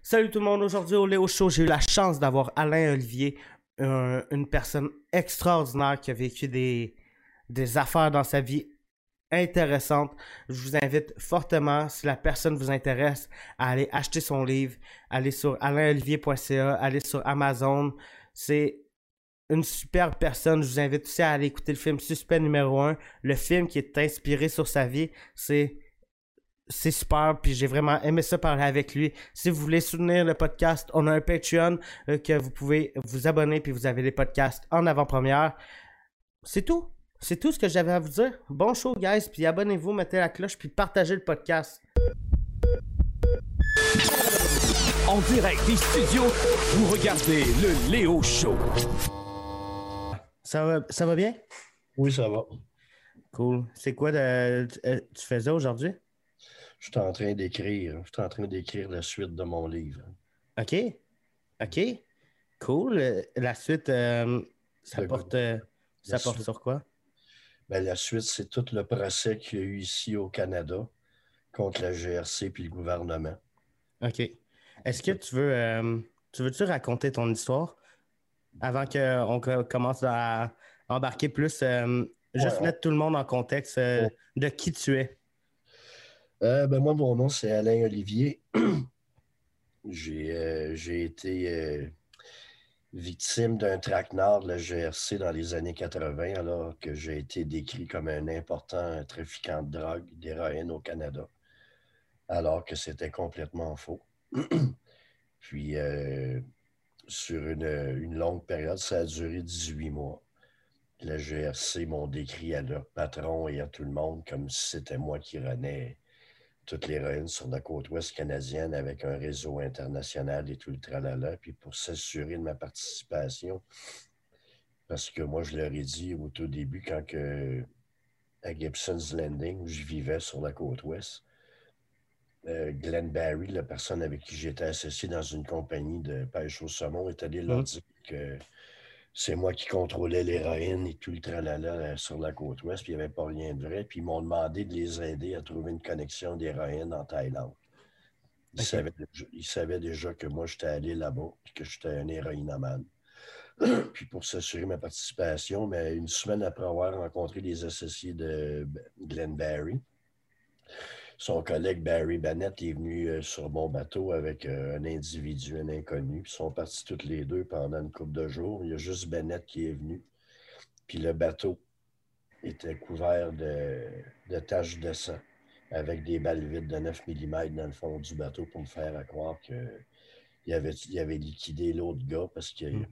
Salut tout le monde, aujourd'hui au Léo Show, j'ai eu la chance d'avoir Alain Olivier, une personne extraordinaire qui a vécu des affaires dans sa vie intéressantes. Je vous invite fortement, si la personne vous intéresse, à aller acheter son livre, aller sur alainolivier.ca, aller sur Amazon. C'est une super personne. Je vous invite aussi à aller écouter le film Suspect numéro 1. Le film qui est inspiré sur sa vie, c'est super, puis j'ai vraiment aimé ça parler avec lui. Si vous voulez soutenir le podcast, on a un Patreon que vous pouvez vous abonner, puis vous avez les podcasts en avant-première. C'est tout. C'est tout ce que j'avais à vous dire. Bon show, guys, puis abonnez-vous, mettez la cloche, puis partagez le podcast. En direct des studios, vous regardez le Léo Show. Ça va bien? Oui, ça va. Cool. C'est quoi tu faisais aujourd'hui? Je suis en train d'écrire la suite de mon livre. OK. OK. Cool. La suite, ça Le- porte, ça la porte suite, sur quoi? la suite, c'est tout le procès qu'il y a eu ici au Canada contre la GRC puis le gouvernement. OK. Est-ce que tu veux-tu raconter ton histoire avant qu'on commence à embarquer plus, Ouais, juste mettre tout le monde en contexte on- de qui tu es? moi, mon nom, c'est Alain Olivier. J'ai été victime d'un traquenard de la GRC dans les années 80, alors que j'ai été décrit comme un important trafiquant de drogue, d'héroïne au Canada, alors que c'était complètement faux. Puis, sur une longue période, ça a duré 18 mois. La GRC m'ont décrit à leur patron et à tout le monde comme si c'était moi qui renais toute l'héroïne sur la côte ouest canadienne avec un réseau international et tout le tralala. Puis pour s'assurer de ma participation, parce que moi, je leur ai dit au tout début, à Gibson's Landing, où je vivais sur la côte ouest, Glenn Barry, la personne avec qui j'étais associé dans une compagnie de pêche au saumon, est allé leur dire que c'est moi qui contrôlais l'héroïne et tout le tralala sur la côte ouest, puis il n'y avait pas rien de vrai. Puis ils m'ont demandé de les aider à trouver une connexion d'héroïne en Thaïlande. OK. Ils savaient déjà que moi, j'étais allé là-bas, puis que j'étais un héroïnomane. Puis pour s'assurer ma participation, mais une semaine après avoir rencontré les associés de Glenn Barry, son collègue Barry Bennett est venu sur mon bateau avec un individu, un inconnu. Ils sont partis toutes les deux pendant une couple de jours. Il y a juste Bennett qui est venu. Puis le bateau était couvert de taches de sang avec des balles vides de 9 mm dans le fond du bateau pour me faire croire qu'il avait liquidé l'autre gars parce qu'il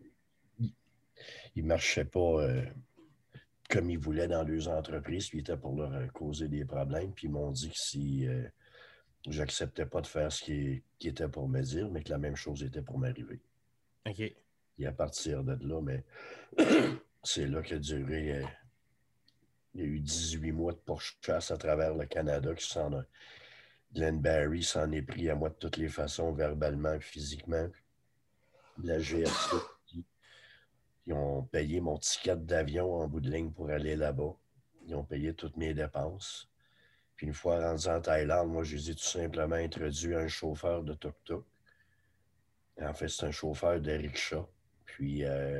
ne marchait pas comme ils voulaient dans leurs entreprises, puis il était pour leur causer des problèmes. Puis ils m'ont dit que si j'acceptais pas de faire ce qui était pour me dire, mais que la même chose était pour m'arriver. OK. Et à partir de là, mais c'est là qu'a duré. Il y a eu 18 mois de pourchasse à travers le Canada qui s'en a. Glenn Barry s'en est pris à moi de toutes les façons, verbalement, physiquement. La GRC, ils ont payé mon ticket d'avion en bout de ligne pour aller là-bas. Ils ont payé toutes mes dépenses. Puis une fois rendu en Thaïlande, moi, je les ai tout simplement introduits à un chauffeur de tuk-tuk. En fait, c'est un chauffeur de rickshaw. Puis,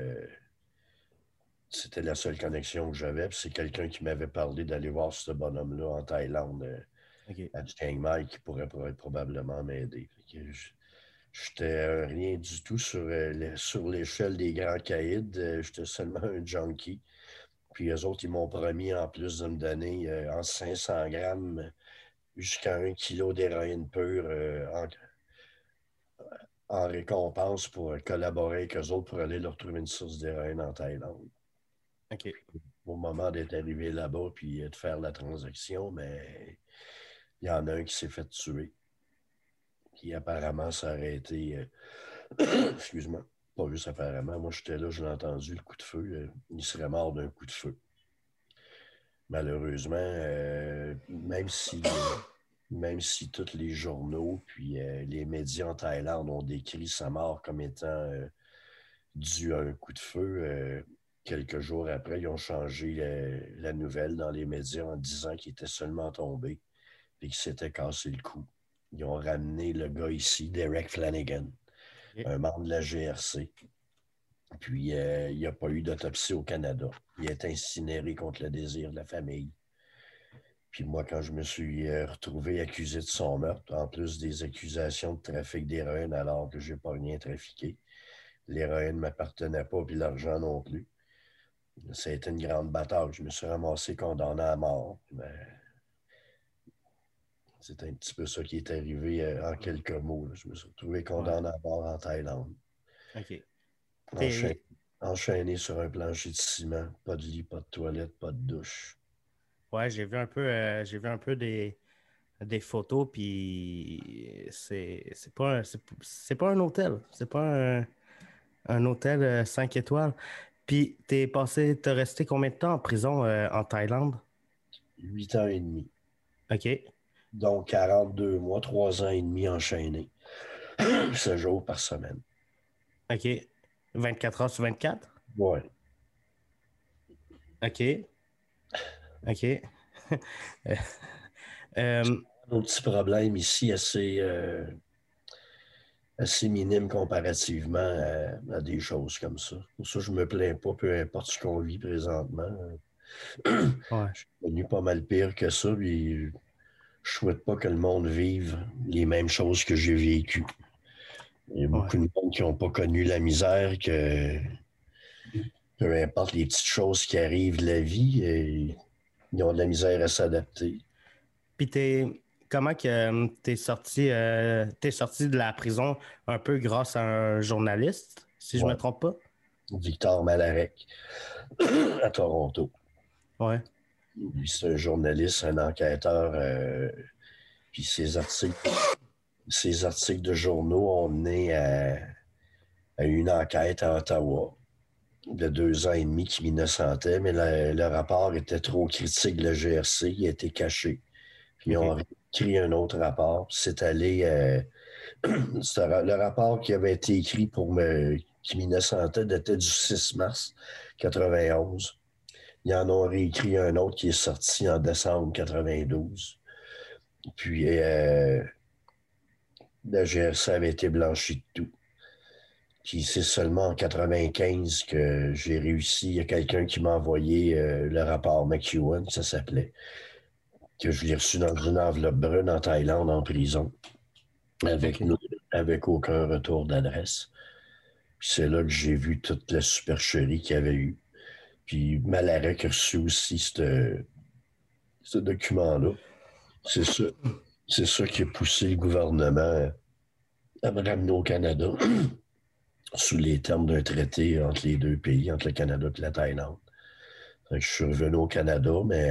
c'était la seule connexion que j'avais. Puis c'est quelqu'un qui m'avait parlé d'aller voir ce bonhomme-là en Thaïlande, OK. à Chiang Mai, qui pourrait probablement m'aider. J'étais rien du tout sur l'échelle des grands caïds. J'étais seulement un junkie. Puis eux autres, ils m'ont promis, en plus de me donner en 500 grammes jusqu'à 1 kilo d'héroïne pure en récompense pour collaborer avec eux autres pour aller leur trouver une source d'héroïne en Thaïlande. OK. Au moment d'être arrivé là-bas puis de faire la transaction, mais il y en a un qui s'est fait tuer. Qui apparemment s'est été. Excuse-moi. Pas juste apparemment. Moi, j'étais là, je l'ai entendu, le coup de feu. Il serait mort d'un coup de feu. Malheureusement, même si tous les journaux puis les médias en Thaïlande ont décrit sa mort comme étant due à un coup de feu, quelques jours après, ils ont changé la nouvelle dans les médias en disant qu'il était seulement tombé et qu'il s'était cassé le cou. Ils ont ramené le gars ici, Derek Flanagan, un membre de la GRC. Puis, il n'y a pas eu d'autopsie au Canada. Il est incinéré contre le désir de la famille. Puis moi, quand je me suis retrouvé accusé de son meurtre, en plus des accusations de trafic d'héroïne alors que je n'ai pas rien trafiqué, l'héroïne ne m'appartenait pas, puis l'argent non plus. Ça a été une grande bataille. Je me suis ramassé condamné à mort. Mais c'est un petit peu ça qui est arrivé en quelques mots. Là. Je me suis retrouvé condamné à mort en Thaïlande. OK. Enchaîné sur un plancher de ciment. Pas de lit, pas de toilette, pas de douche. Ouais, j'ai vu un peu des photos, puis c'est pas un hôtel. C'est pas un hôtel 5 étoiles. Puis t'es resté combien de temps en prison en Thaïlande? 8 ans et demi. OK. Donc 42 mois, 3 ans et demi enchaînés. 7 jours par semaine. OK. 24 heures sur 24? Ouais. OK. OK. Un petit problème ici assez minime comparativement à des choses comme ça. Pour ça, je ne me plains pas, peu importe ce qu'on vit présentement. Ouais. Je suis connu pas mal pire que ça, puis je souhaite pas que le monde vive les mêmes choses que j'ai vécues. Il y a beaucoup de monde qui n'ont pas connu la misère, que peu importe les petites choses qui arrivent de la vie, ils ont de la misère à s'adapter. Puis comment que t'es sorti de la prison un peu grâce à un journaliste, si je me trompe pas? Victor Malarec, à Toronto. Ouais. Lui, c'est un journaliste, un enquêteur, puis ses articles de journaux ont mené à une enquête à Ottawa de 2 ans et demi qui m'innocentait, mais le rapport était trop critique de la GRC, il a été caché. Puis ils ont écrit un autre rapport, puis c'est allé... le rapport qui avait été écrit qui m'innocentait datait du 6 mars 91. Ils en ont réécrit un autre qui est sorti en décembre 92. Puis la GRC avait été blanchie de tout. Puis c'est seulement en 95 que j'ai réussi. Il y a quelqu'un qui m'a envoyé le rapport McEwen, ça s'appelait, que je l'ai reçu dans une enveloppe brune en Thaïlande, en prison, avec aucun retour d'adresse. Puis c'est là que j'ai vu toute la supercherie qu'il y avait eu. Puis Malarec a reçu aussi ce document-là. C'est ça qui a poussé le gouvernement à me ramener au Canada sous les termes d'un traité entre les deux pays, entre le Canada et la Thaïlande. Fait que je suis revenu au Canada, mais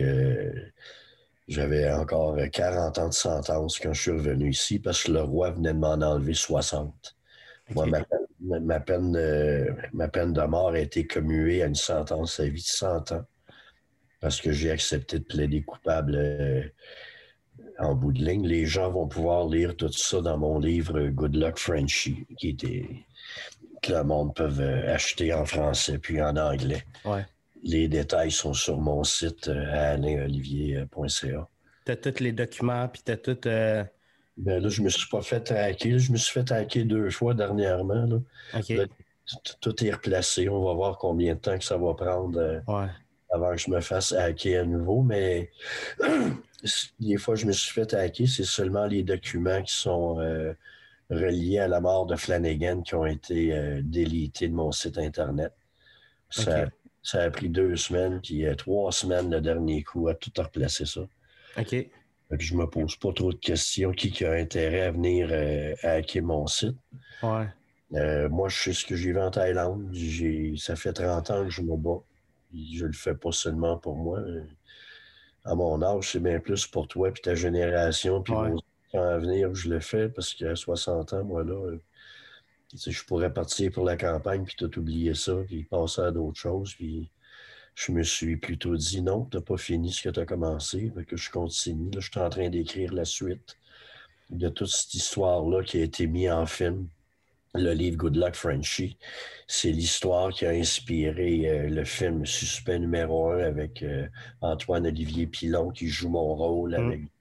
j'avais encore 40 ans de sentence quand je suis revenu ici parce que le roi venait de m'en enlever 60. Moi, ma peine de mort a été commuée à une sentence à vie de 100 ans parce que j'ai accepté de plaider coupable en bout de ligne. Les gens vont pouvoir lire tout ça dans mon livre Good Luck Frenchie, que le monde peut acheter en français puis en anglais. Ouais. Les détails sont sur mon site alainolivier.ca. T'as tous les documents, puis t'as tout... Ben là, je me suis pas fait traquer. Je me suis fait traquer 2 fois dernièrement. Là. OK. Là, tout est replacé. On va voir combien de temps que ça va prendre avant que je me fasse hacker à nouveau. Mais les fois que je me suis fait hacker, c'est seulement les documents qui sont reliés à la mort de Flanagan qui ont été délités de mon site Internet. Ça a pris 2 semaines, puis 3 semaines le dernier coup à tout replacer ça. OK. Puis je me pose pas trop de questions. Qui a intérêt à venir hacker mon site? Ouais. Moi, je sais ce que j'ai vu en Thaïlande. Ça fait 30 ans que je me bats. Je le fais pas seulement pour moi. À mon âge, c'est bien plus pour toi puis ta génération puis vos enfants à venir que je le fais parce qu'à 60 ans, moi, là, je pourrais partir pour la campagne puis tout oublier ça puis passer à d'autres choses. Puis je me suis plutôt dit non, tu n'as pas fini ce que tu as commencé, que je continue. Là, je suis en train d'écrire la suite de toute cette histoire-là qui a été mise en film. Le livre Good Luck Frenchie, c'est l'histoire qui a inspiré le film Suspect numéro 1 avec Antoine-Olivier Pilon qui joue mon rôle avec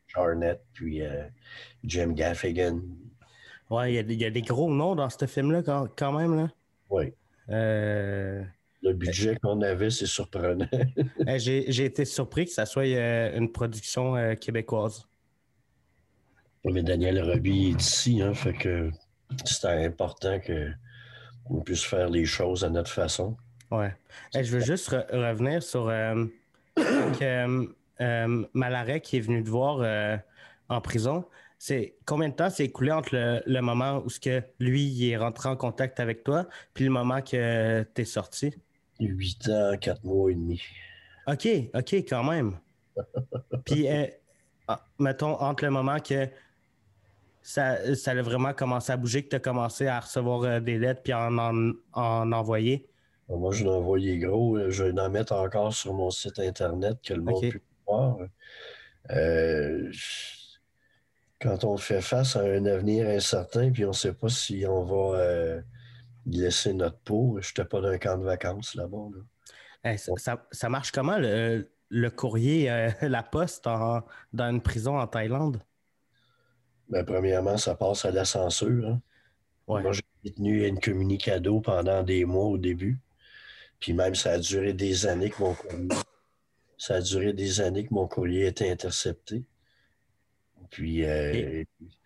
Arnett, puis Jim Gaffigan. Ouais, il y a des gros noms dans ce film-là quand même, là. Oui. Euh, Le budget qu'on avait, c'est surprenant. j'ai été surpris que ça soit une production québécoise. Mais Daniel Roby est ici, hein, fait que c'était important qu'on puisse faire les choses à notre façon. Ouais. Je veux juste revenir sur que Malaret qui est venu te voir en prison. C'est combien de temps s'est écoulé entre le moment où ce que lui il est rentré en contact avec toi, puis le moment que t'es sorti? 8 ans, 4 mois et demi. OK, quand même. Puis, mettons, entre le moment que ça a vraiment commencé à bouger, que tu as commencé à recevoir des lettres puis en envoyer. Moi, je l'ai envoyé gros. Je vais en mettre encore sur mon site Internet que le monde OK. peut voir. Euh, Quand on fait face à un avenir incertain, puis on ne sait pas si on va y laisser notre peau, je n'étais pas dans un camp de vacances là-bas. Là. Ça marche comment le courrier, la poste dans une prison en Thaïlande? Ben, premièrement, ça passe à la censure. Hein. Ouais. Moi, j'ai tenu une communicado pendant des mois au début. Puis même, ça a duré des années que mon courrier était intercepté. Puis, Et-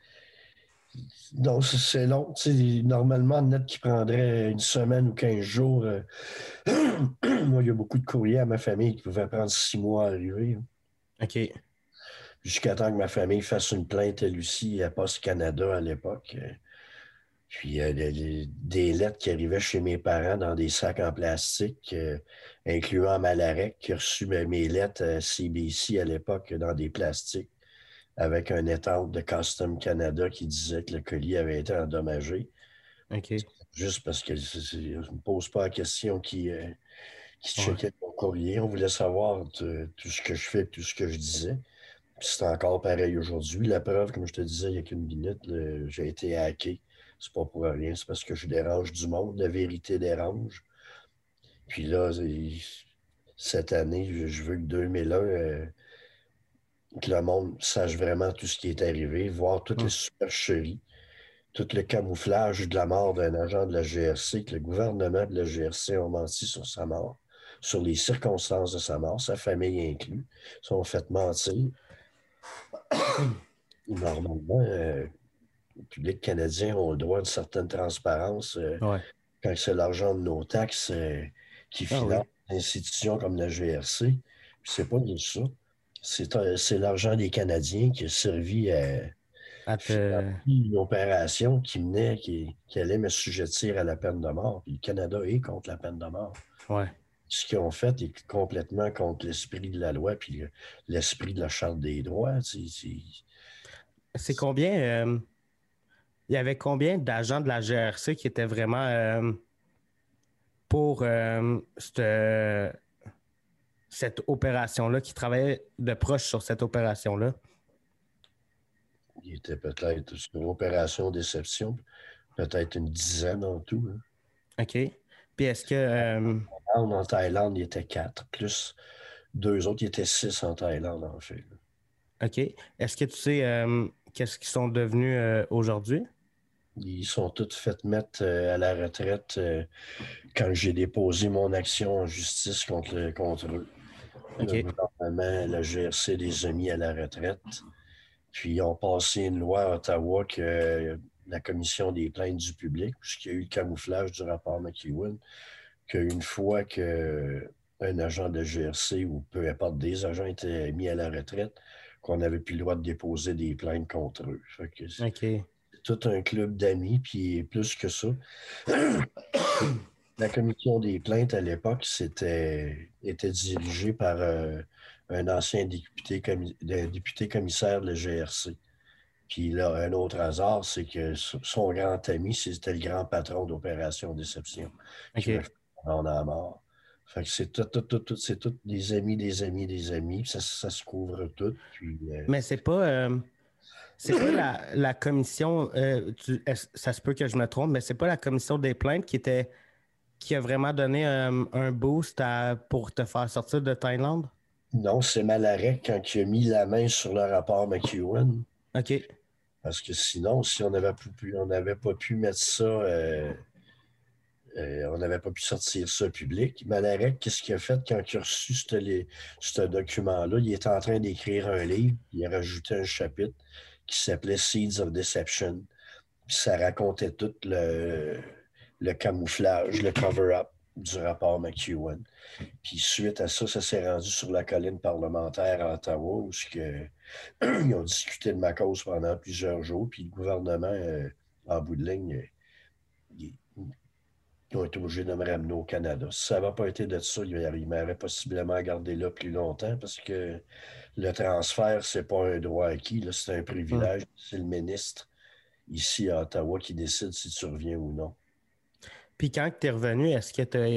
donc, c'est long. Tu sais, normalement, net qui prendrait une semaine ou 15 jours. Moi, il y a beaucoup de courriers à ma famille qui pouvaient prendre 6 mois à arriver. Hein. OK. Jusqu'à temps que ma famille fasse une plainte à Lucie à Poste Canada à l'époque. Puis des lettres qui arrivaient chez mes parents dans des sacs en plastique, incluant Malarec, qui a reçu mes lettres à CBC à l'époque dans des plastiques, avec un étampe de Custom Canada qui disait que le colis avait été endommagé. OK. Juste parce que je ne me pose pas la question qui Ouais. checkait mon courrier. On voulait savoir tout ce que je fais, tout ce que je disais. Puis c'est encore pareil aujourd'hui. La preuve, comme je te disais il y a qu'une minute, j'ai été hacké. C'est pas pour rien, c'est parce que je dérange du monde. La vérité dérange. Puis là, cette année, je veux que 2001, que le monde sache vraiment tout ce qui est arrivé, voir toutes les Hum. supercheries, tout le camouflage de la mort d'un agent de la GRC, que le gouvernement de la GRC a menti sur sa mort, sur les circonstances de sa mort, sa famille inclus, sont fait mentir. Normalement, le public canadien a le droit d'une certaine transparence Ouais. quand c'est l'argent de nos taxes qui Ah oui. finance des institutions comme la GRC. Puis c'est pas juste ça. C'est l'argent des Canadiens qui a servi à À financer te... une opération qui allait me sujettir à la peine de mort. Puis le Canada est contre la peine de mort. Ouais. Ce qu'ils ont fait est complètement contre l'esprit de la loi puis l'esprit de la Charte des droits. C'est combien... il y avait combien d'agents de la GRC qui étaient vraiment pour cette opération-là, qui travaillaient de proche sur cette opération-là? Il était peut-être sur une opération déception, peut-être une dizaine en tout. Hein. OK. Puis est-ce que... En Thaïlande, il était 4, plus 2 autres, il était 6 en Thaïlande, en fait. OK. Est-ce que tu sais qu'est-ce qu'ils sont devenus aujourd'hui? Ils sont tous fait mettre à la retraite quand j'ai déposé mon action en justice contre eux. OK. Le gouvernement, la GRC les a mis à la retraite. Puis ils ont passé une loi à Ottawa que la commission des plaintes du public, puisqu'il y a eu le camouflage du rapport McEwen, qu'une fois qu'un agent de GRC ou peu importe des agents étaient mis à la retraite, qu'on n'avait plus le droit de déposer des plaintes contre eux. Fait que OK. c'est tout un club d'amis, puis plus que ça. La commission des plaintes à l'époque était dirigée par un ancien député commissaire de la GRC. Puis là, un autre hasard, c'est que son grand ami, c'était le grand patron d'Opération Déception, qui m'a OK. fait en à mort. Fait que c'est c'est tout des amis, des amis, des amis. Ça se couvre tout. Puis, Mais c'est pas la commission, ça se peut que je me trompe, mais c'est pas la commission des plaintes qui a vraiment donné un boost pour te faire sortir de Thaïlande? Non, c'est Malarek quand il a mis la main sur le rapport McEwen. OK. Parce que sinon, si on n'avait pas pu mettre ça, on n'avait pas pu sortir ça public. Malarek, qu'est-ce qu'il a fait quand il a reçu ce document-là? Il était en train d'écrire un livre, il a rajouté un chapitre qui s'appelait Seeds of Deception. Puis ça racontait tout le camouflage, le cover-up du rapport McEwen. Puis suite à ça, ça s'est rendu sur la colline parlementaire à Ottawa, où ils ont discuté de ma cause pendant plusieurs jours. Puis le gouvernement, en bout de ligne, ils ont été obligés de me ramener au Canada. Si ça n'avait pas été de ça, ils m'auraient possiblement gardé là plus longtemps parce que le transfert, c'est pas un droit acquis, là, c'est un Hmm. privilège. C'est le ministre ici à Ottawa qui décide si tu reviens ou non. Puis quand tu es revenu, est-ce que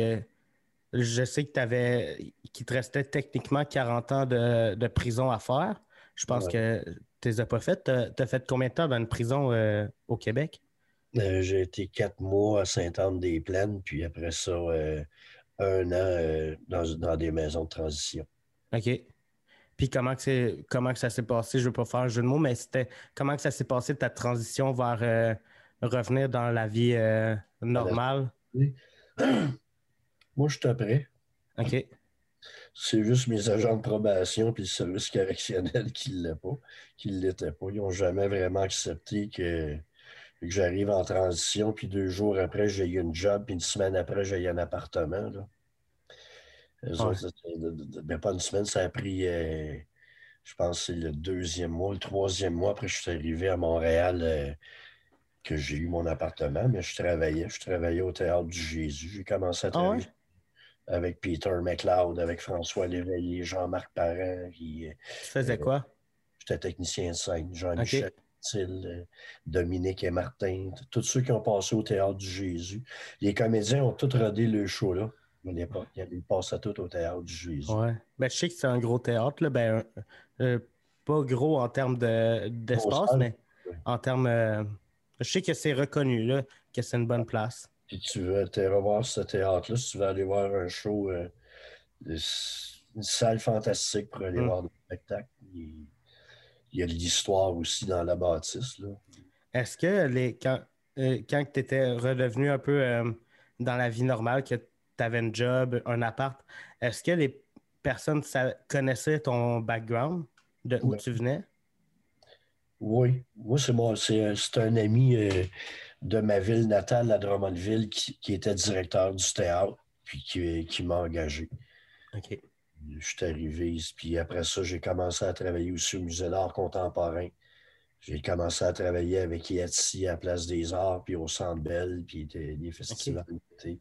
je sais qu'il te restait techniquement 40 ans de prison à faire. Je pense Ouais. que tu les as pas fait. Tu as fait combien de temps dans une prison au Québec? J'ai été 4 mois à Sainte-Anne-des-Plaines, puis après ça, un an dans des maisons de transition. OK. Puis comment que ça s'est passé? Je veux pas faire un jeu de mots, mais c'était comment que ça s'est passé ta transition vers revenir dans la vie À la normale? sortie, moi, je suis prêt. OK. C'est juste mes agents de probation puis le service correctionnel qui ne l'étaient pas. Ils n'ont jamais vraiment accepté que j'arrive en transition, puis 2 jours après, j'ai eu une job, puis une semaine après, j'ai eu un appartement. Là. Eux Ouais. autres, ben, pas une semaine, ça a pris, je pense, que c'est le 2e mois, le 3e mois après, je suis arrivé à Montréal, que j'ai eu mon appartement, mais je travaillais au Théâtre du Jésus. J'ai commencé à Ah travailler ouais? avec Peter McLeod, avec François Léveillé, Jean-Marc Parent, puis Tu faisais euh, quoi? j'étais technicien de scène, OK. Jean-Michel Thiel, Dominique et Martin, tous ceux qui ont passé au Théâtre du Jésus. Les comédiens ont tous rodé le show là à l'époque. Ils passaient tous au Théâtre du Jésus. Ouais. Ben, je sais que c'est un gros théâtre, là. Ben, pas gros en termes Grosse d'espace, salle. mais en termes. Je sais que c'est reconnu, là, que c'est une bonne place. Puis tu veux te revoir ce théâtre-là, si tu veux aller voir un show, une salle fantastique pour aller Hmm. voir le spectacle. Il y a de l'histoire aussi dans la bâtisse, là. Est-ce que quand tu étais redevenu un peu dans la vie normale, que tu avais un job, un appart, est-ce que les personnes connaissaient ton background, de où Ben, tu venais? oui, moi, c'est un ami de ma ville natale, à Drummondville, qui était directeur du théâtre, puis qui m'a engagé. OK. Je suis arrivé, puis après ça, j'ai commencé à travailler aussi au Musée d'art contemporain. J'ai commencé à travailler avec Yatsi à la Place des Arts, puis au Centre Bell, puis des OK. festivals d'été.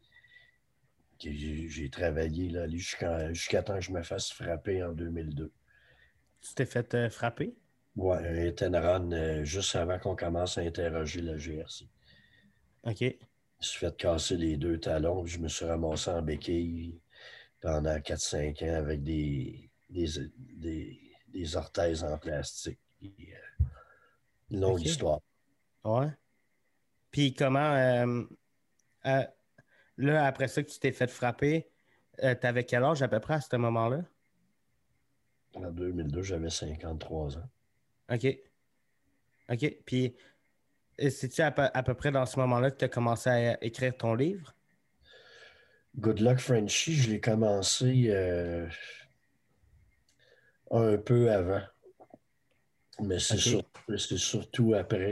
J'ai travaillé là, jusqu'à temps que je me fasse frapper en 2002. Tu t'es fait frapper? Ouais, un hit and run juste avant qu'on commence à interroger la GRC. OK. Je me suis fait casser les 2 talons, puis je me suis ramassé en béquille pendant 4-5 ans avec des orthèses en plastique. Puis, une longue OK. histoire. Ouais. Puis comment, euh, là, après ça que tu t'es fait frapper, t'avais quel âge à peu près à ce moment-là? En 2002, j'avais 53 ans. OK. OK. Puis, c'est-tu à peu près dans ce moment-là que tu as commencé à écrire ton livre? Good Luck Frenchie, je l'ai commencé un peu avant, mais OK. c'est surtout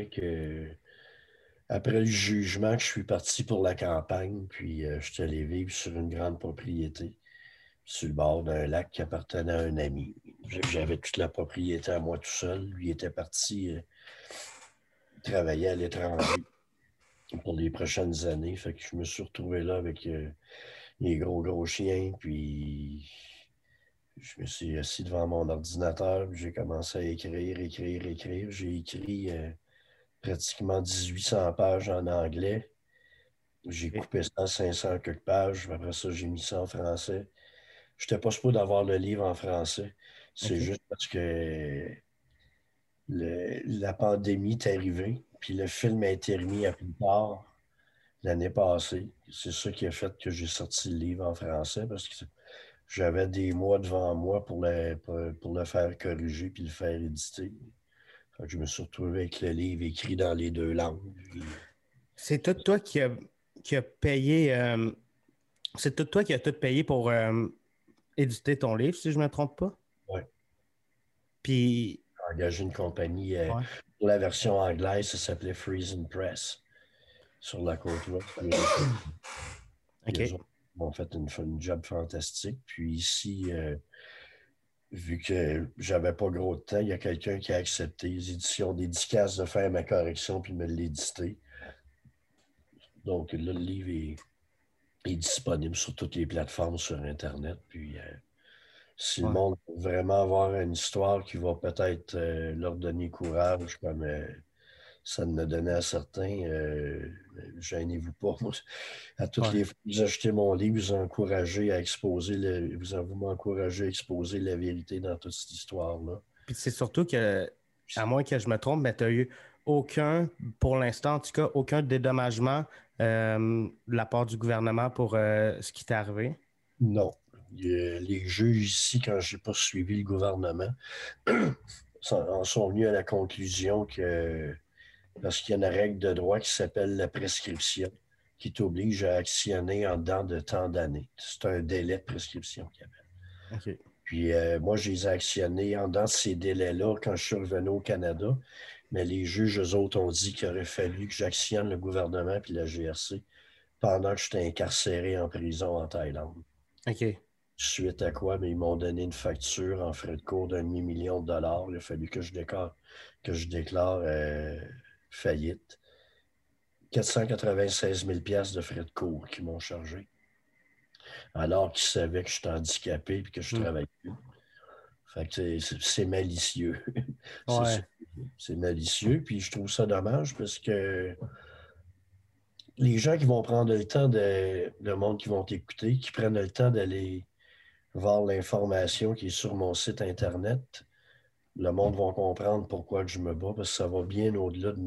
après le jugement que je suis parti pour la campagne, puis je suis allé vivre sur une grande propriété, sur le bord d'un lac qui appartenait à un ami. J'avais toute la propriété à moi tout seul. Lui était parti travailler à l'étranger pour les prochaines années. Fait que je me suis retrouvé là avec les gros chiens, puis je me suis assis devant mon ordinateur, puis j'ai commencé à écrire. J'ai écrit pratiquement 1800 pages en anglais. J'ai OK. coupé ça en 500 quelques pages. Après ça, j'ai mis ça en français. Je n'étais pas supposé d'avoir le livre en français. C'est OK. juste parce que la pandémie est arrivée, puis le film a été remis à plus tard l'année passée. C'est ça qui a fait que j'ai sorti le livre en français parce que j'avais des mois devant moi pour le faire corriger puis le faire éditer. Fait que je me suis retrouvé avec le livre écrit dans les deux langues. C'est tout toi qui a payé. C'est tout toi qui a tout payé pour éditer ton livre, si je ne me trompe pas. Ouais. Puis. J'ai engagé une compagnie Ouais. pour la version anglaise, ça s'appelait Friesen Press sur la côte ouest. Puis eux OK. autres m'ont fait une job fantastique. Puis ici, vu que j'avais pas gros de temps, il y a quelqu'un qui a accepté les éditions dédicaces de faire ma correction puis de me l'éditer. Donc là, le livre est disponible sur toutes les plateformes sur Internet. Puis si le Ouais. monde veut vraiment avoir une histoire qui va peut-être leur donner courage, comme ça me donnait à certains, gênez-vous pas. Moi, à toutes Ouais. les fois que vous achetez mon livre, vous encouragez à exposer vous m'encouragez à exposer la vérité dans toute cette histoire-là. Puis c'est surtout que, à moins que je me trompe, mais tu n'as eu aucun, pour l'instant en tout cas, aucun dédommagement de la part du gouvernement pour ce qui t'est arrivé. Non. Les juges ici, quand je n'ai pas suivi le gouvernement, en sont venus à la conclusion que parce qu'il y a une règle de droit qui s'appelle la prescription, qui t'oblige à actionner en dedans de tant d'années. C'est un délai de prescription qu'il y avait. OK. Puis moi, je les ai actionnés en dedans de ces délais-là quand je suis revenu au Canada. Mais les juges, eux autres, ont dit qu'il aurait fallu que j'actionne le gouvernement puis la GRC pendant que j'étais incarcéré en prison en Thaïlande. OK. Suite à quoi, mais ils m'ont donné une facture en frais de cours d'500 000 $. Il a fallu que je déclare faillite. 496 000 $ de frais de cours qu'ils m'ont chargé. Alors qu'ils savaient que je suis handicapé et que je travaille plus. Fait que c'est malicieux. Ouais. C'est malicieux. Puis je trouve ça dommage parce que les gens qui vont prendre le temps, le monde qui vont t'écouter, qui prennent le temps d'aller voir l'information qui est sur mon site Internet, le monde va comprendre pourquoi que je me bats, parce que ça va bien au-delà de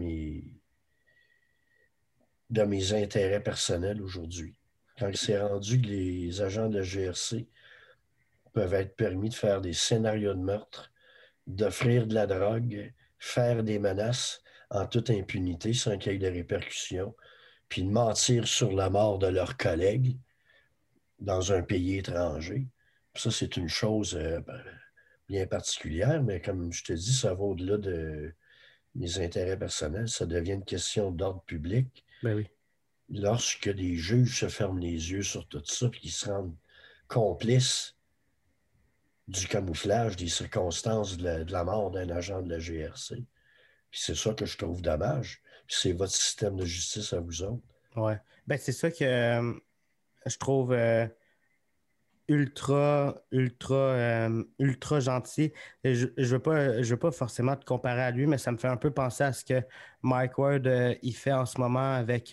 mes intérêts personnels aujourd'hui. Quand c'est rendu que les agents de la GRC peuvent être permis de faire des scénarios de meurtre, d'offrir de la drogue, faire des menaces en toute impunité sans qu'il y ait de répercussions, puis de mentir sur la mort de leurs collègues dans un pays étranger. Ça, c'est une chose bien particulière, mais comme je te dis, ça va au-delà de mes intérêts personnels. Ça devient une question d'ordre public. Ben oui. Lorsque des juges se ferment les yeux sur tout ça et qu'ils se rendent complices du camouflage des circonstances de la mort d'un agent de la GRC. Puis c'est ça que je trouve dommage. Puis c'est votre système de justice à vous autres. Ouais. Ben c'est ça que je trouve ultra gentil. Et je veux pas forcément te comparer à lui, mais ça me fait un peu penser à ce que Mike Ward il fait en ce moment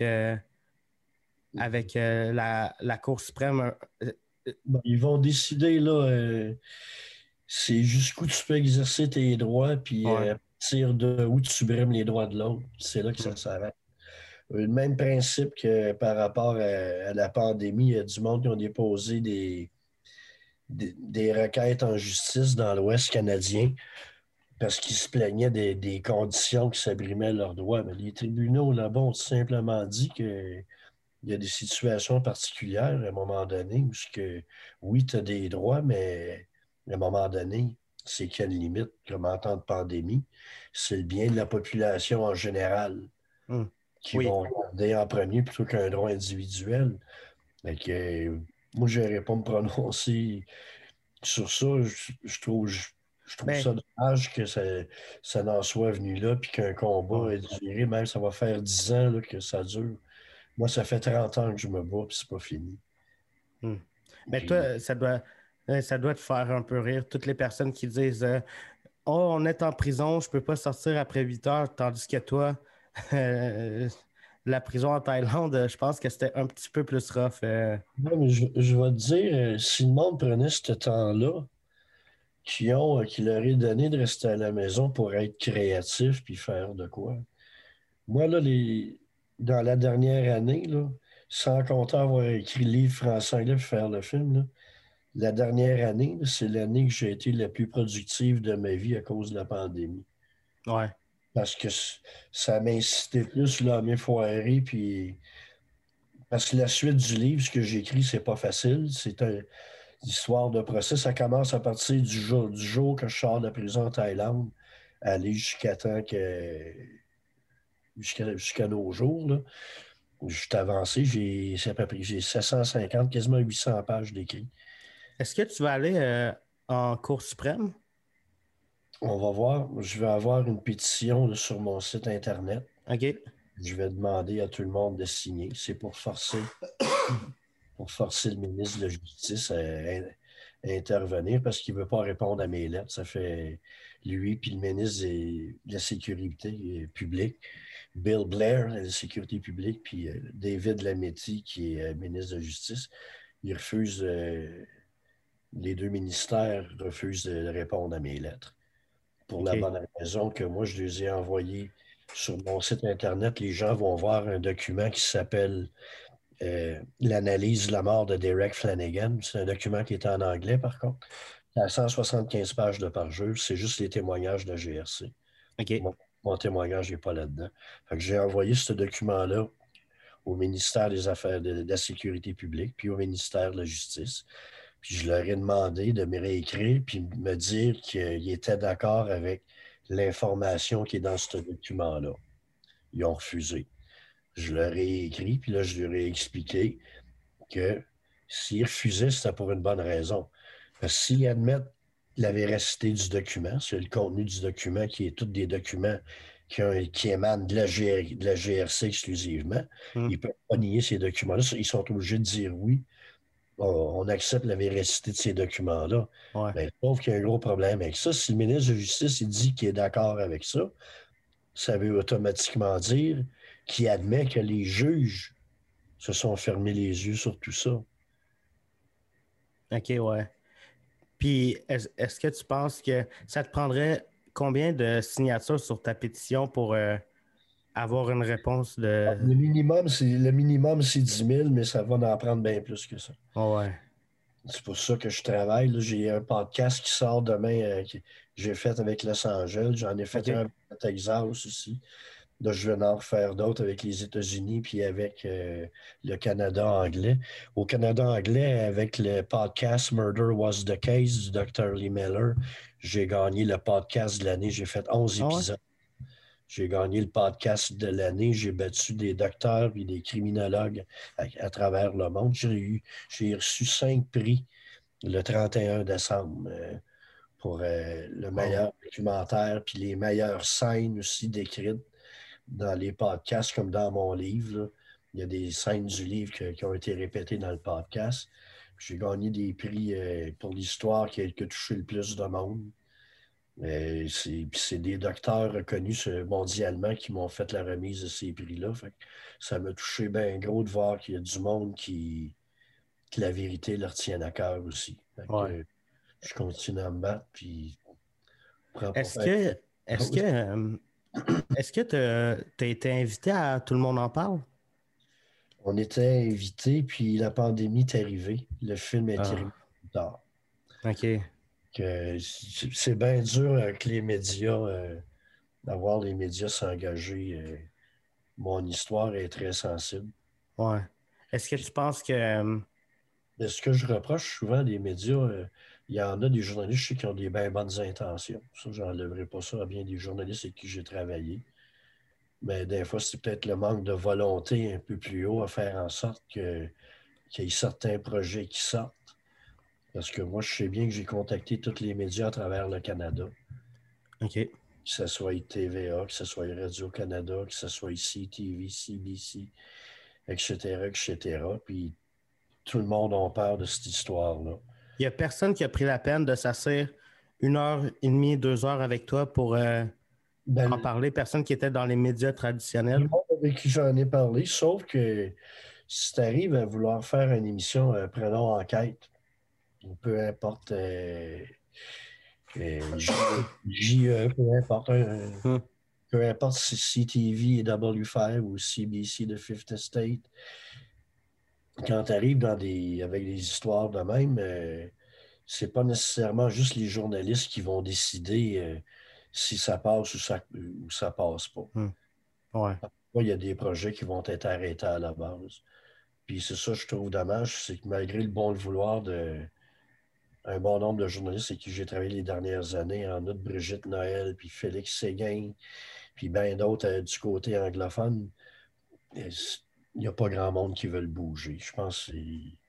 avec la Cour suprême. Bon, ils vont décider, là, c'est jusqu'où tu peux exercer tes droits, puis Ouais. à partir de où tu supprimes les droits de l'autre. C'est là que ça s'arrête. Le même principe que par rapport à la pandémie, il y a du monde qui ont déposé des requêtes en justice dans l'Ouest canadien parce qu'ils se plaignaient des conditions qui s'abrimaient leurs droits. Mais les tribunaux là-bas ont simplement dit qu'il y a des situations particulières à un moment donné où oui, tu as des droits, mais à un moment donné, c'est qu'il y a une limite, comme en temps de pandémie. C'est le bien de la population en général qui Oui. vont regarder en premier plutôt qu'un droit individuel. Fait que, moi, je n'irais pas me prononcer sur ça. Je trouve Ben, ça dommage que ça n'en soit venu là, puis qu'un combat ait duré, même ça va faire 10 ans là, que ça dure. Moi, ça fait 30 ans que je me bats, puis c'est pas fini. mais Puis, toi, ça doit te faire un peu rire. Toutes les personnes qui disent Oh, on est en prison, je peux pas sortir après 8 heures, tandis que toi, la prison en Thaïlande, je pense que c'était un petit peu plus rough. non, mais je vais te dire, si le monde prenait ce temps-là, qui leur est donné de rester à la maison pour être créatif puis faire de quoi. Moi, là, dans la dernière année, là, sans compter avoir écrit le livre français-anglais pour faire le film, là, La dernière année, c'est l'année que j'ai été la plus productive de ma vie à cause de la pandémie. Ouais. Parce que ça m'a incité plus là, à m'effoirer, puis parce que la suite du livre, ce que j'écris, c'est pas facile. C'est une histoire de procès. Ça commence à partir du jour que je sors de la prison en Thaïlande, aller jusqu'à temps que jusqu'à nos jours, là. Je suis avancé, c'est à peu près, j'ai 750, quasiment 800 pages d'écrit. Est-ce que tu vas aller en Cour suprême? On va voir. Je vais avoir une pétition là, sur mon site Internet. OK. Je vais demander à tout le monde de signer. C'est pour forcer le ministre de la Justice à intervenir parce qu'il ne veut pas répondre à mes lettres. Ça fait lui puis le ministre de la Sécurité publique, Bill Blair, de la Sécurité publique, puis David Lametti, qui est ministre de la Justice. Ils refusent, les deux ministères refusent de répondre à mes lettres. Pour la OK. bonne raison que moi, je les ai envoyés sur mon site Internet. Les gens vont voir un document qui s'appelle L'analyse de la mort de Derek Flanagan. C'est un document qui est en anglais, par contre. C'est à 175 pages de parjure. C'est juste les témoignages de GRC. OK. Mon témoignage n'est pas là-dedans. Fait que j'ai envoyé ce document-là au ministère des Affaires de la Sécurité publique, puis au ministère de la Justice. Puis je leur ai demandé de me réécrire, puis me dire qu'ils étaient d'accord avec l'information qui est dans ce document-là. Ils ont refusé. Je leur ai écrit, puis là, je leur ai expliqué que s'ils refusaient, c'était pour une bonne raison. Parce que s'ils admettent la véracité du document, c'est le contenu du document qui est tous des documents qui émanent de la GRC exclusivement, Hmm. ils ne peuvent pas nier ces documents-là. Ils sont obligés de dire oui, on accepte la véracité de ces documents-là. Ouais. Mais je trouve qu'il y a un gros problème avec ça. Si le ministre de la Justice il dit qu'il est d'accord avec ça, ça veut automatiquement dire qu'il admet que les juges se sont fermés les yeux sur tout ça. OK, ouais. Puis, est-ce que tu penses que ça te prendrait combien de signatures sur ta pétition pour avoir une réponse de... Le minimum, c'est 10 000, mais ça va en prendre bien plus que ça. Oh, ouais. C'est pour ça que je travaille. Là. J'ai un podcast qui sort demain que j'ai fait avec Los Angeles. J'en ai fait un OK. avec le Texas aussi. Là, je vais en refaire d'autres avec les États-Unis puis avec le Canada anglais. Au Canada anglais, avec le podcast Murder Was the Case du Dr. Lee Miller, j'ai gagné le podcast de l'année. J'ai fait 11 Ah ouais? épisodes. J'ai gagné le podcast de l'année. J'ai battu des docteurs et des criminologues à travers le monde. J'ai reçu 5 prix le 31 décembre pour le Wow. meilleur documentaire puis les meilleures scènes aussi décrites dans les podcasts comme dans mon livre. Là. Il y a des scènes du livre qui ont été répétées dans le podcast. J'ai gagné des prix pour l'histoire qui a touché le plus de monde. C'est des docteurs reconnus mondialement qui m'ont fait la remise de ces prix-là. Ça m'a touché bien gros de voir qu'il y a du monde que la vérité leur tient à cœur aussi. Ouais. Je continue à me battre, puis je prends pas Est-ce faire que... Est-ce que... chose. est-ce que t'as été invité à Tout le monde en parle? On était invités, puis la pandémie est arrivée. Le film est arrivé Ah, plus tard. OK. C'est bien dur avec les médias, d'avoir les médias s'engager. Mon histoire est très sensible. Ouais. Est-ce que tu penses que... Mais ce que je reproche souvent des médias, il y en a des journalistes, je sais, qui ont des bien bonnes intentions. Ça, j'enlèverai pas ça à bien des journalistes avec qui j'ai travaillé. Mais des fois, c'est peut-être le manque de volonté un peu plus haut à faire en sorte qu'il y ait certains projets qui sortent. Parce que moi, je sais bien que j'ai contacté tous les médias à travers le Canada. OK. Que ce soit TVA, que ce soit Radio-Canada, que ce soit CTV, CBC, etc., etc. Puis tout le monde a peur de cette histoire-là. Il n'y a personne qui a pris la peine de s'asseoir 1h30, 2 heures avec toi pour en Ben, parler. Personne qui était dans les médias le traditionnels. monde avec qui j'en ai parlé, sauf que si tu arrives à vouloir faire une émission, prenons enquête, ou peu importe, JE, Hmm. peu importe si CTV et W5 ou CBC de Fifth Estate, quand tu arrives avec des histoires de même, c'est pas nécessairement juste les journalistes qui vont décider si ça passe ou ça passe pas. Ouais. Parfois, il y a des projets qui vont être arrêtés à la base. Puis c'est ça, je trouve dommage, c'est que malgré le bon vouloir de un bon nombre de journalistes avec qui j'ai travaillé les dernières années, en outre Brigitte Noël, puis Félix Séguin, puis bien d'autres du côté anglophone, il n'y a pas grand monde qui veut le bouger. Je pense que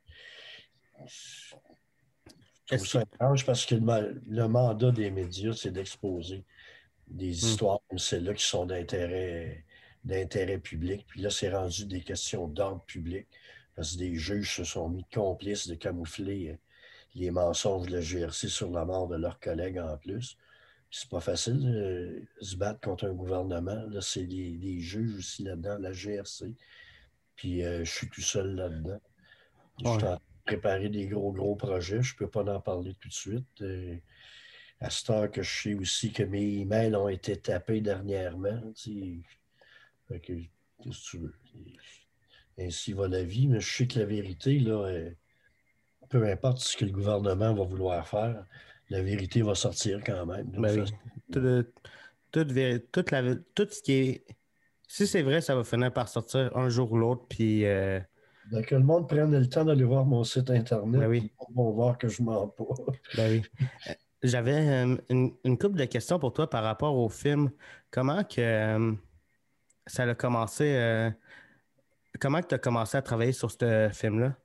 je trouve Est-ce que... ça étrange parce que le mandat des médias, c'est d'exposer des Hmm. histoires comme celle-là qui sont d'intérêt public. Puis là, c'est rendu des questions d'ordre public parce que des juges se sont mis complices de camoufler les mensonges de la GRC sur la mort de leurs collègues en plus. C'est pas facile de se battre contre un gouvernement. Là, c'est les juges aussi là-dedans, la GRC. Puis je suis tout seul là-dedans. Je suis Ouais. en train de préparer des gros projets. Je ne peux pas en parler tout de suite. À cette heure que je sais aussi que mes emails ont été tapés dernièrement. Tu sais. Fait que, qu'est-ce que tu veux? Ainsi va la vie, mais je sais que la vérité, là, peu importe ce que le gouvernement va vouloir faire, la vérité va sortir quand même, d'une Ben oui. façon. Tout, tout ce qui est. Si c'est vrai, ça va finir par sortir un jour ou l'autre. Puis, Donc, que le monde prenne le temps d'aller voir mon site ben Internet, puis oui. ils vont voir que je mens pas. Ben oui. J'avais une couple de questions pour toi par rapport au film. Comment que ça a commencé? Comment que tu as commencé à travailler sur ce film-là?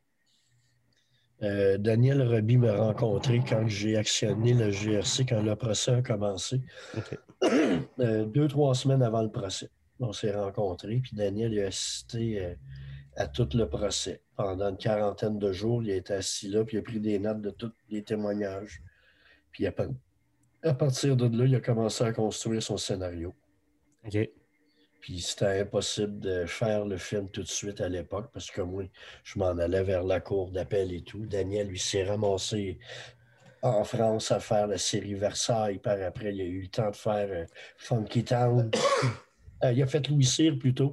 Daniel Roby m'a rencontré quand j'ai actionné le GRC, quand le procès a commencé. OK. 2, 3 semaines avant le procès. On s'est rencontrés, puis Daniel a assisté à tout le procès. Pendant une quarantaine de jours, il a été assis là, puis il a pris des notes de tous les témoignages. Puis à partir de là, il a commencé à construire son scénario. OK. Puis c'était impossible de faire le film tout de suite à l'époque parce que moi, je m'en allais vers la cour d'appel et tout. Daniel, lui, s'est ramassé en France à faire la série Versailles. Par après, il a eu le temps de faire Funky Town. Il a fait Louis Cyr plutôt.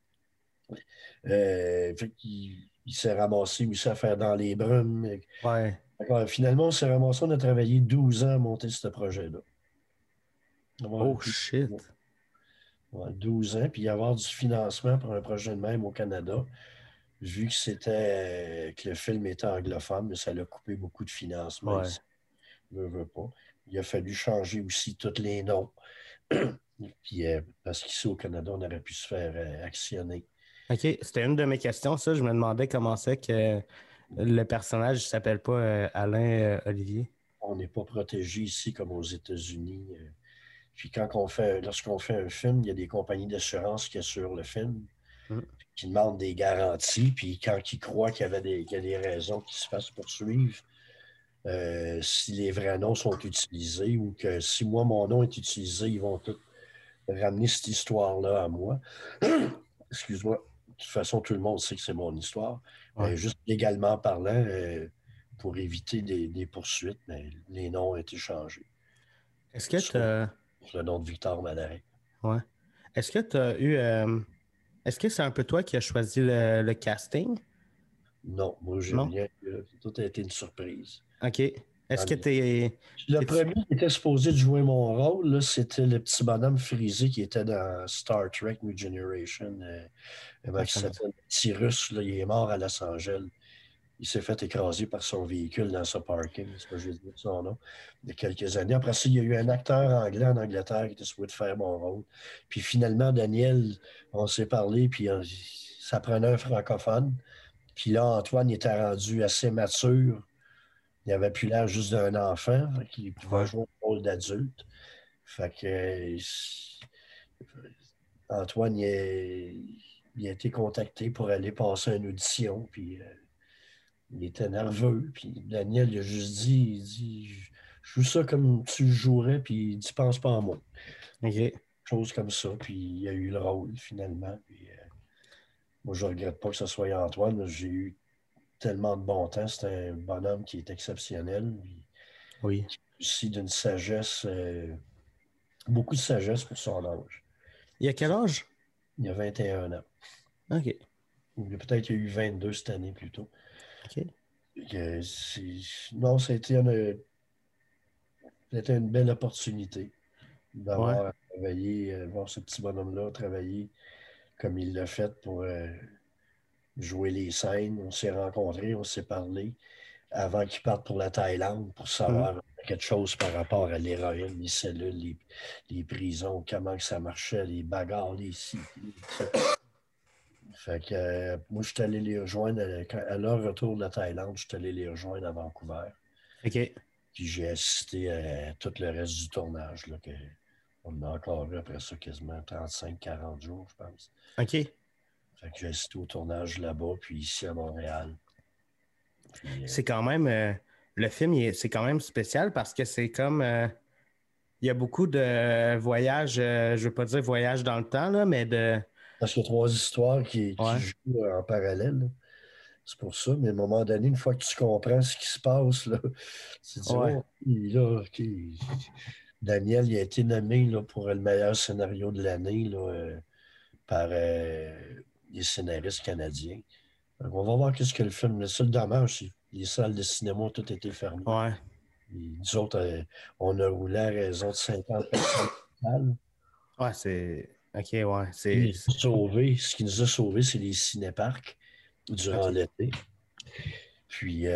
Fait qu'il il s'est ramassé aussi à faire Dans les brumes. Ouais. D'accord, finalement, on s'est ramassé, on a travaillé 12 ans à monter ce projet-là. Ouais, Oh shit. ouais, 12 ans, puis y avoir du financement pour un projet de même au Canada, vu que que le film était anglophone, mais ça l'a coupé beaucoup de financement Ouais. ici. Veut pas. Il a fallu changer aussi tous les noms. Puis, parce qu'ici au Canada, on aurait pu se faire actionner. OK. C'était une de mes questions, ça. Je me demandais comment c'est que le personnage ne s'appelle pas Alain Olivier. On n'est pas protégé ici comme aux États-Unis. Puis lorsqu'on fait un film, il y a des compagnies d'assurance qui assurent le film, Hmm. qui demandent des garanties. Puis quand ils croient qu'il y a des raisons qui se fassent poursuivre, si les vrais noms sont utilisés ou que si moi, mon nom est utilisé, ils vont tout ramener cette histoire-là à moi. Excuse-moi. De toute façon, tout le monde sait que c'est mon histoire. Ouais. Juste légalement parlant, pour éviter des poursuites, mais les noms ont été changés. Est-ce que tu Sauf le nom de Victor Madarin. Ouais. Est-ce que tu as eu. Est-ce que c'est un peu toi qui as choisi le casting? Non, moi, j'ai Non? rien. Tout a été une surprise. OK. Est-ce que t'es. Le t'es- premier qui était supposé de jouer mon rôle, là, c'était le petit bonhomme frisé qui était dans Star Trek New Generation. Comment Ah, il ça me dit. s'appelle? Le petit russe, là, il est mort à Los Angeles. Il s'est fait écraser par son véhicule dans ce parking. C'est pas juste son nom. Il y a quelques années. Après ça, il y a eu un acteur anglais en Angleterre qui était supposé faire mon rôle. Puis finalement, Daniel, on s'est parlé, puis ça prenait un francophone. Puis là, Antoine il était rendu assez mature. Il avait plus l'air juste d'un enfant. Fait qu'il pouvait Ouais. jouer un rôle d'adulte. Fait que Antoine, il a été contacté pour aller passer une audition. Puis il était nerveux. Puis Daniel, il a juste dit, il dit, je joue ça comme tu le jouerais, puis il dit, pense pas en moi. OK. Chose comme ça. Puis il a eu le rôle finalement. Puis, moi, je regrette pas que ce soit Antoine. J'ai eu tellement de bon temps. C'est un bonhomme qui est exceptionnel. Puis, Oui. aussi d'une sagesse, beaucoup de sagesse pour son âge. Il y a quel âge? Il a 21 ans. OK. Ou peut-être qu'il a eu 22 cette année plutôt. OK. Non, c'était une belle opportunité Ouais. d'avoir travaillé, voir ce petit bonhomme-là travailler comme il l'a fait pour jouer les scènes. On s'est rencontrés, on s'est parlé avant qu'il parte pour la Thaïlande pour Mhm. savoir quelque chose par rapport à l'héroïne, les cellules, les prisons, comment que ça marchait, les bagarres, les ci, les ça. Fait que moi, je suis allé les rejoindre à leur retour de la Thaïlande, je suis allé les rejoindre à Vancouver. OK. Puis j'ai assisté à tout le reste du tournage, là, on a encore eu après ça quasiment 35-40 jours, je pense. OK. Fait que j'ai assisté au tournage là-bas, puis ici à Montréal. Puis, C'est quand même. Le film, c'est quand même spécial parce que c'est comme. Il y a beaucoup de voyages, je veux pas dire voyage dans le temps, là, mais de. parce qu'il y a trois histoires qui Ouais. jouent en parallèle, là. C'est pour ça, mais à un moment donné, une fois que tu comprends ce qui se passe, là, tu te dis, Ouais. oh, là, OK. Daniel, il a été nommé là, pour le meilleur scénario de l'année là, par les scénaristes canadiens. Donc, on va voir qu'est-ce que le film. Le seul dommage, c'est que les salles de cinéma ont toutes été fermées. Ouais. Et nous autres, on a roulé à raison de 50 personnes totales. Ouais, c'est. OK, ouais. Ce qui nous a sauvés, c'est les cinéparcs durant OK. l'été. Puis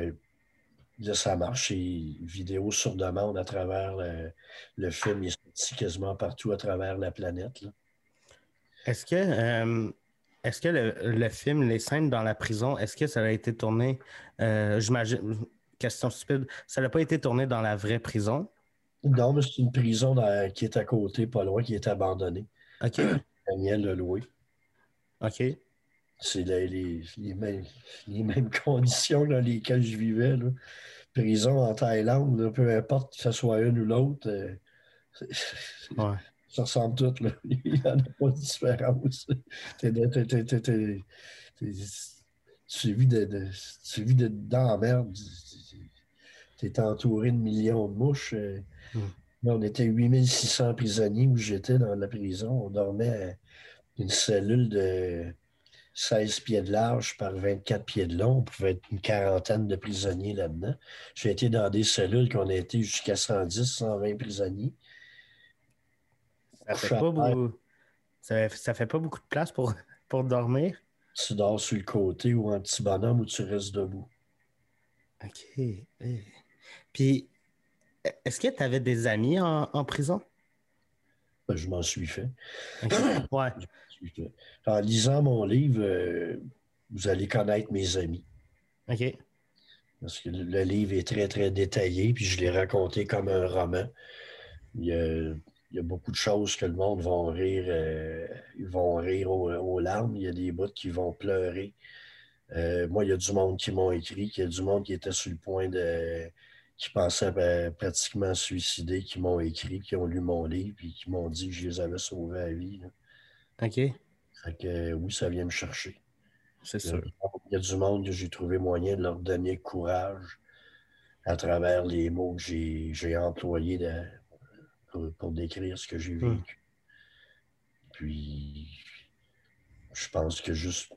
là, ça a marché vidéo sur demande à travers le film. Il est sorti quasiment partout à travers la planète, là. Est-ce que, est-ce que le film, les scènes dans la prison, est-ce que ça a été tourné, j'imagine, question stupide, ça n'a pas été tourné dans la vraie prison? Non, mais c'est une prison qui est à côté, pas loin, qui est abandonnée. OK. Daniel l'a loué. OK. C'est les mêmes conditions dans lesquelles je vivais, là. Prison en Thaïlande, là, peu importe que ce soit une ou l'autre, c'est- Ouais. ça ressemble tout, là. Il n'y en a pas de différence. T'es, t'es, t'es, t'es, t'es- t'es- tu vis dans la merde. Tu es entouré de millions de mouches. Hmm. Là, on était 8600 prisonniers où j'étais dans la prison. On dormait à une cellule de 16 pieds de large par 24 pieds de long. On pouvait être une quarantaine de prisonniers là-dedans. J'ai été dans des cellules qu'on a été jusqu'à 110, 120 prisonniers. Ça fait Couché à pas terre, beaucoup, ça fait pas beaucoup de place pour, pour dormir. tu dors sur le côté ou en petit bonhomme ou tu restes debout. OK. Puis, est-ce que tu avais des amis en prison? Ben, je m'en suis fait. OK. Ouais. Je m'en suis fait. En lisant mon livre, vous allez connaître mes amis. OK. Parce que le livre est très, très détaillé, puis je l'ai raconté comme un roman. Il y a, il y a beaucoup de choses que le monde va rire, ils vont rire aux larmes. Il y a des bouts qui vont pleurer. Moi, il y a du monde qui m'ont écrit, il y a du monde qui était sur le point qui pensait pratiquement suicider, qui m'ont écrit, qui ont lu mon livre, puis qui m'ont dit que je les avais sauvés la vie, là. OK. Fait que oui, ça vient me chercher. C'est Il y a, sûr. il y a du monde que j'ai trouvé moyen de leur donner courage à travers les mots que j'ai employés pour décrire ce que j'ai Hmm. vécu. Puis, je pense que juste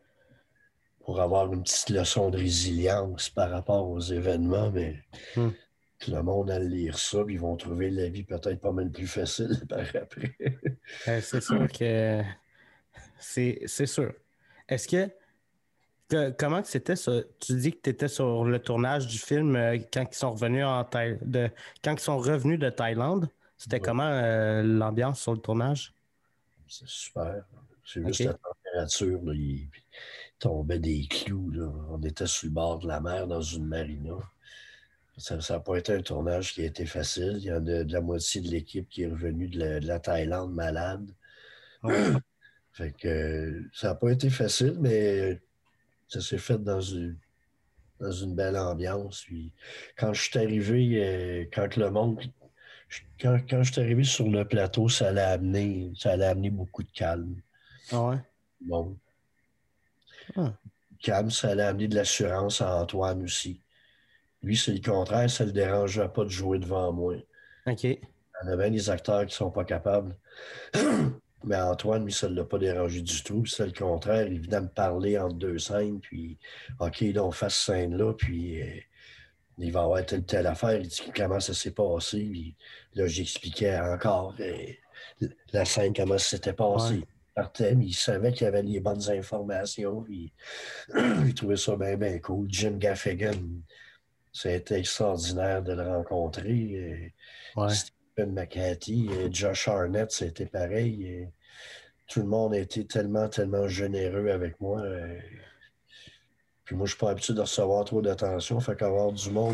pour avoir une petite leçon de résilience par rapport aux événements, mais Hmm. que le monde à lire ça, puis ils vont trouver la vie peut-être pas mal plus facile par après. C'est sûr que c'est sûr. Est-ce comment que c'était ça? Tu dis que tu étais sur le tournage du film quand ils sont revenus quand ils sont revenus de Thaïlande. C'était Ouais, comment l'ambiance sur le tournage? c'est super. C'est juste la OK. température, là, il tombait des clous, là. On était sur le bord de la mer dans une marina. Ça n'a pas été un tournage qui a été facile. Il y en a de la moitié de l'équipe qui est revenue de la Thaïlande malade. Ouais. Fait que ça n'a pas été facile, mais ça s'est fait dans une belle ambiance. Puis, quand je suis arrivé, quand le monde, quand je suis arrivé sur le plateau, ça allait amener beaucoup de calme. Ah ouais. Bon, Ah. calme, ça allait amener de l'assurance à Antoine aussi. Lui, c'est le contraire, ça ne le dérangeait pas de jouer devant moi. OK. Il y en a bien des acteurs qui ne sont pas capables. Mais Antoine, lui, ça ne l'a pas dérangé du tout. C'est le contraire. Il venait me parler entre deux scènes, puis OK, là, on fait cette scène-là, puis il va y avoir telle affaire. Il dit comment ça s'est passé. Puis là, j'expliquais encore la scène, comment ça s'était Ouais. passé. Il partait, mais il savait qu'il y avait les bonnes informations. Puis il trouvait ça bien, bien cool. Jim Gaffigan, ça a été extraordinaire de le rencontrer. Ouais. Stephen McHattie, Josh Arnett, c'était pareil. Tout le monde a été tellement, tellement généreux avec moi. Puis moi, je suis pas habitué de recevoir trop d'attention. Fait qu'avoir du monde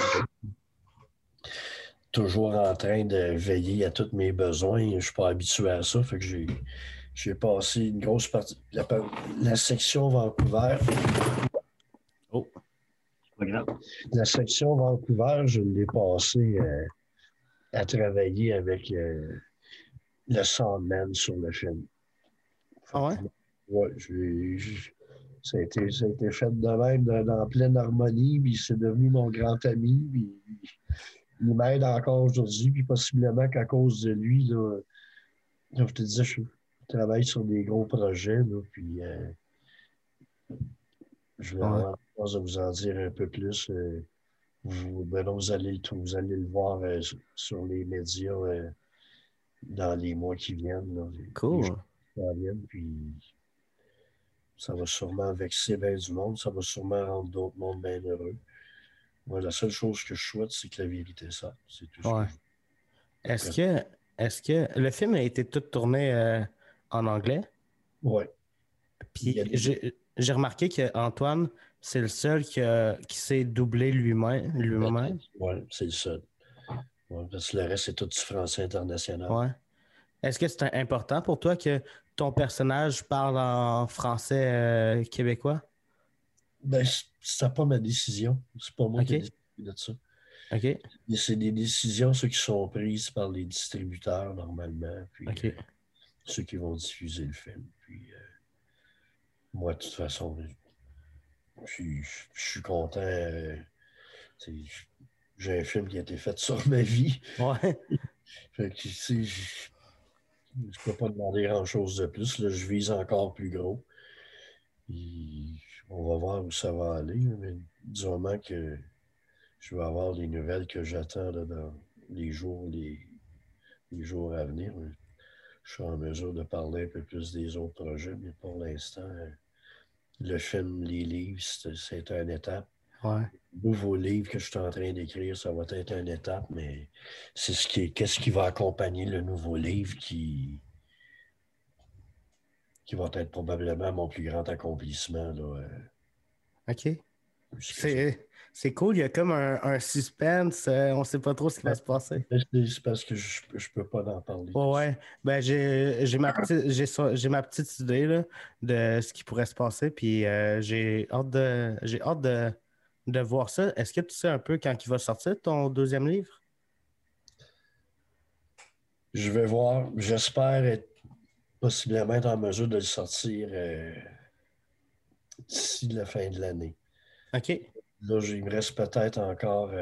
toujours en train de veiller à tous mes besoins, je suis pas habitué à ça. Fait que j'ai passé une grosse partie. La section Vancouver. Oh. Pas grave. La section Vancouver, je l'ai passé à travailler avec le Sandman sur le film. Ah ouais? Ouais, ça a été fait de même, en pleine harmonie, puis c'est devenu mon grand ami, puis il m'aide encore aujourd'hui, puis possiblement qu'à cause de lui, là, comme je te disais, je travaille sur des gros projets, là, puis je vais Ouais. avoir la chance de vous en dire un peu plus. Vous allez le voir sur les médias dans les mois qui viennent, là, les jours Cool. qui s'en viennent, puis ça va sûrement vexer bien du monde, ça va sûrement rendre d'autres mondes bien heureux. Moi, la seule chose que je souhaite, c'est que la vérité sorte. C'est tout ce que Ouais. je veux. Est-ce Après, que, est-ce que le film a été tout tourné en anglais? ouais. Il y Puis a des... j'ai remarqué que Antoine, c'est le seul qui s'est doublé lui-même. Ouais, c'est le seul. Ouais, parce que le reste, c'est tout du français international. Ouais. Est-ce que c'est important pour toi que ton personnage parle en français québécois? Ben, c'est pas ma décision. C'est pas moi qui ai OK. décidé de ça. OK. Et c'est des décisions, ceux qui sont prises par les distributeurs, normalement, puis OK. ceux qui vont diffuser le film. Puis moi, de toute façon, je suis content. C'est- j'ai un film qui a été fait sur ma vie. Ouais. Fait que, tu sais, je peux pas demander grand-chose de plus. Là, je vise encore plus gros. Puis, on va voir où ça va aller. Mais du moment que je vais avoir les nouvelles que j'attends là, dans les jours à venir, je suis en mesure de parler un peu plus des autres projets. Mais pour l'instant, le film, les livres, c'est une étape. Ouais. Le nouveau livre que je suis en train d'écrire, ça va être une étape, mais qu'est-ce qui va accompagner le nouveau livre qui va être probablement mon plus grand accomplissement là, OK. jusqu'à ce C'est cool, il y a comme un suspense, on sait pas trop ce qui va se passer. c'est parce que je peux pas en parler Ouais, tout de suite. ouais. Ben, j'ai ma petite idée là, de ce qui pourrait se passer, puis j'ai hâte de voir ça. Est-ce que tu sais un peu quand il va sortir ton deuxième livre? Je vais voir. J'espère être possiblement être en mesure de le sortir d'ici la fin de l'année. OK. Là, il me reste peut-être encore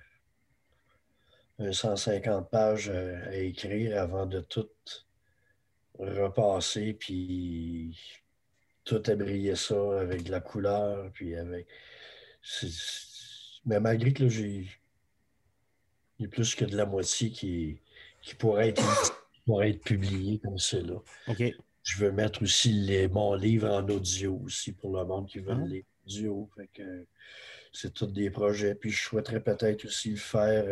un 150 pages à écrire avant de tout repasser, puis tout abriller ça avec de la couleur, puis avec. Mais malgré que là, il y a plus que de la moitié qui pourrait être publié comme c'est là. OK. Je veux mettre aussi mon livre en audio aussi pour le monde qui veut Ah, l'audio. Fait que c'est tous des projets. Puis je souhaiterais peut-être aussi faire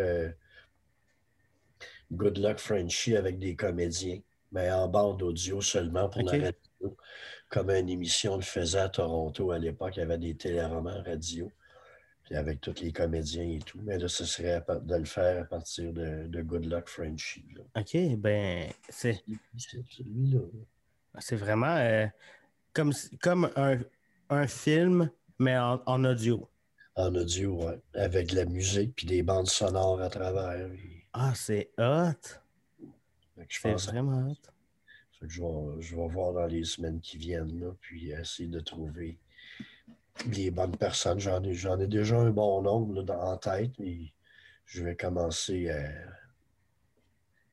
Good Luck Frenchie avec des comédiens, mais en bande audio seulement pour la OK. radio, comme une émission le faisait à Toronto à l'époque. Il y avait des téléromans radio, puis avec tous les comédiens et tout. Mais là, ce serait de le faire à partir de Good Luck Frenchie. Là. OK. Ben, C'est celui-là. c'est vraiment comme un film, mais en audio. En audio, ouais. Avec de la musique puis des bandes sonores à travers. Ah, c'est hot. Fait que je C'est pense vraiment hot. fait que je vais voir dans les semaines qui viennent, là, puis essayer de trouver les bonnes personnes. J'en ai déjà un bon nombre là, en tête, mais je vais commencer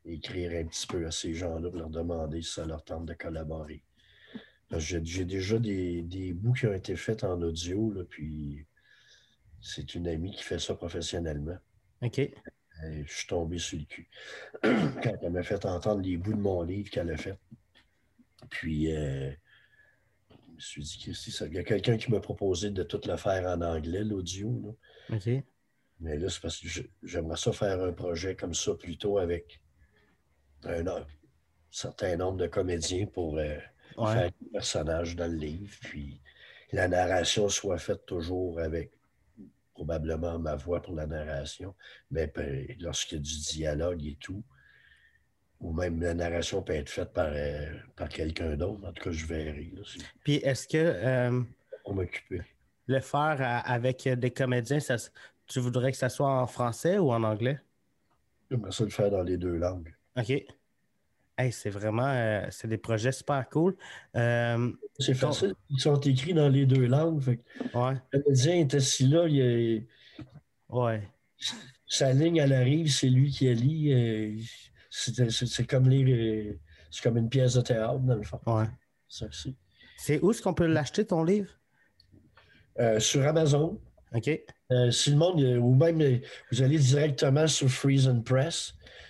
écrire un petit peu à ces gens-là pour leur demander si ça leur tente de collaborer. J'ai déjà des bouts qui ont été faits en audio, là, puis c'est une amie qui fait ça professionnellement. OK. Et je suis tombé sur le cul quand elle m'a fait entendre les bouts de mon livre qu'elle a fait. Puis, je me suis dit, il y a quelqu'un qui m'a proposé de tout le faire en anglais, l'audio. Là. OK. Mais là, c'est parce que j'aimerais ça faire un projet comme ça plutôt avec un certain nombre de comédiens pour faire des personnages dans le livre. Puis la narration soit faite toujours avec probablement ma voix pour la narration, mais lorsqu'il y a du dialogue et tout, ou même la narration peut être faite par quelqu'un d'autre. En tout cas, je verrai. Là, Puis est-ce que pour m'occuper. le faire avec des comédiens, tu voudrais que ça soit en français ou en anglais? J'aimerais ça le faire dans les deux langues. OK. Hey, c'est vraiment c'est des projets super cool. C'est facile. Ils sont écrits dans les deux langues. Fait que Ouais. le comédien est assis là, Ouais. sa ligne à la rive, c'est lui qui la lit. C'est comme lire. C'est comme une pièce de théâtre, dans le fond. Ouais. Ça, C'est où est-ce qu'on peut l'acheter, ton livre? sur Amazon. OK. Si le monde, ou même vous allez directement sur Freeze and Press.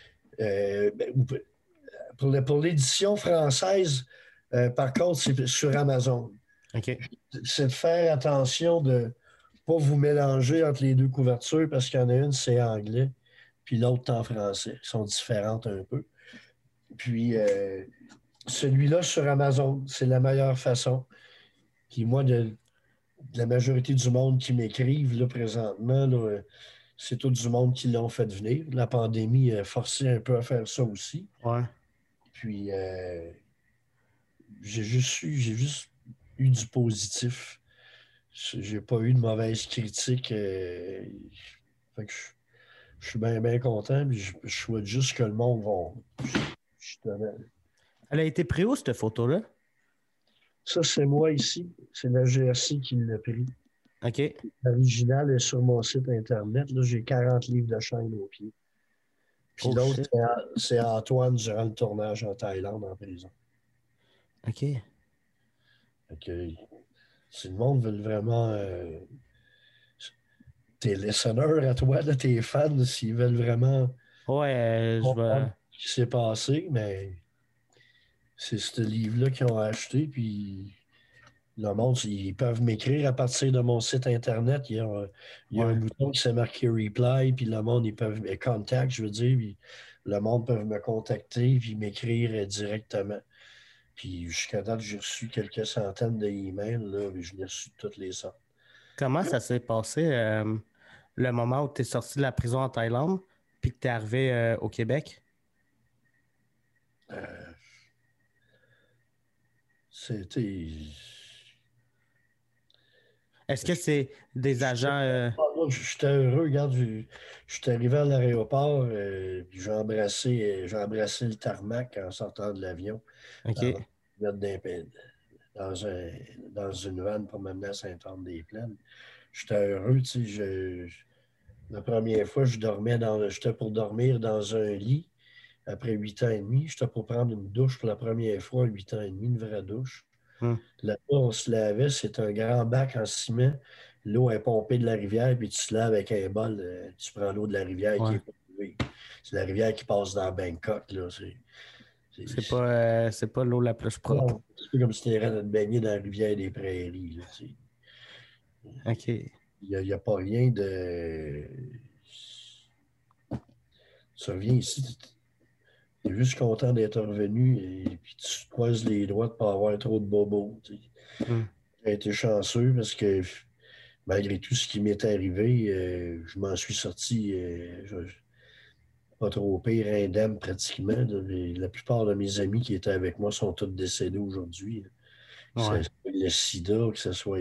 Pour l'édition française, par contre, c'est sur Amazon. OK. C'est de faire attention de ne pas vous mélanger entre les deux couvertures parce qu'il y en a une, c'est anglais, puis l'autre, en français. Ils sont différentes un peu. Puis, celui-là sur Amazon, c'est la meilleure façon. Puis moi, de la majorité du monde qui m'écrivent là, présentement, là, c'est tout du monde qui l'ont fait venir. La pandémie a forcé un peu à faire ça aussi. Ouais. Puis, j'ai juste eu du positif. J'ai pas eu de mauvaise critique. Fait que je suis bien, bien content. Puis je souhaite juste que le monde va. Justement. Elle a été prise où, cette photo-là? Ça, c'est moi ici. C'est la GRC qui l'a pris. OK. L'original est sur mon site Internet. Là, j'ai 40 livres de chaîne au pied. Puis l'autre, c'est Antoine durant le tournage en Thaïlande, en prison. OK. Fait que, si le monde veut vraiment. Tes listeners à toi, là, tes fans, s'ils veulent vraiment Ouais, je vais. ce qui s'est passé, mais c'est ce livre-là qu'ils ont acheté, puis le monde, ils peuvent m'écrire à partir de mon site Internet. Il y a un bouton qui s'est marqué Reply, puis le monde, ils peuvent me contact, je veux dire, puis le monde peut me contacter, puis m'écrire directement. Puis jusqu'à date, j'ai reçu quelques centaines d'emails, là, puis je l'ai reçu de toutes les sortes. Comment ça s'est passé le moment où tu es sorti de la prison en Thaïlande puis que tu es arrivé au Québec? C'était. Est-ce que c'est des agents. Moi, j'étais heureux. Regarde, je suis arrivé à l'aéroport, puis j'ai embrassé le tarmac en sortant de l'avion. OK. Avant de me mettre dans une vanne pour m'amener à Sainte-Anne-des-Plaines. J'étais heureux, tu sais. La première fois, j'étais pour dormir dans un lit après 8 ans et demi. J'étais pour prendre une douche pour la première fois, 8 ans et demi, une vraie douche. Là-bas, on se lavait, c'est un grand bac en ciment. L'eau est pompée de la rivière, puis tu te laves avec un bol. Tu prends l'eau de la rivière qui est polluée. C'est la rivière qui passe dans Bangkok. Là. C'est pas l'eau la plus propre. C'est comme si tu étais en train de te baigner dans la rivière des Prairies. Là, OK. Il n'y a pas rien de. Tu reviens ici, tu es juste content d'être revenu et puis tu te croises les doigts de ne pas avoir trop de bobos. J'ai été chanceux parce que malgré tout ce qui m'est arrivé, je m'en suis sorti pas trop pire, indemne pratiquement. La plupart de mes amis qui étaient avec moi sont tous décédés aujourd'hui. Que ce soit le sida, que ce soit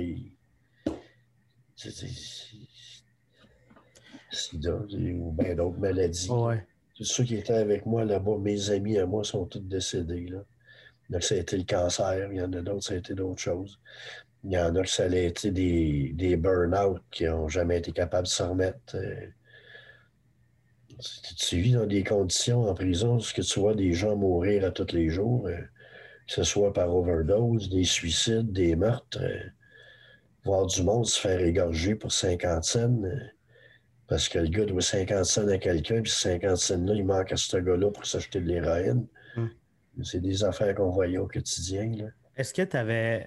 sida ou bien d'autres maladies. Tous ceux qui étaient avec moi là-bas, mes amis à moi, sont tous décédés. Là. Il y en a que ça a été le cancer, il y en a d'autres, ça a été d'autres choses. Il y en a que ça a été des burn-out qui n'ont jamais été capables de s'en remettre. Tu vis dans des conditions en prison, ce que tu vois des gens mourir à tous les jours, que ce soit par overdose, des suicides, des meurtres, voir du monde se faire égorger pour 50 cents, parce que le gars doit 50 cents à quelqu'un, puis 50 cents-là, il manque à ce gars-là pour s'acheter de l'héroïne. Hmm. C'est des affaires qu'on voyait au quotidien, là. Est-ce que tu avais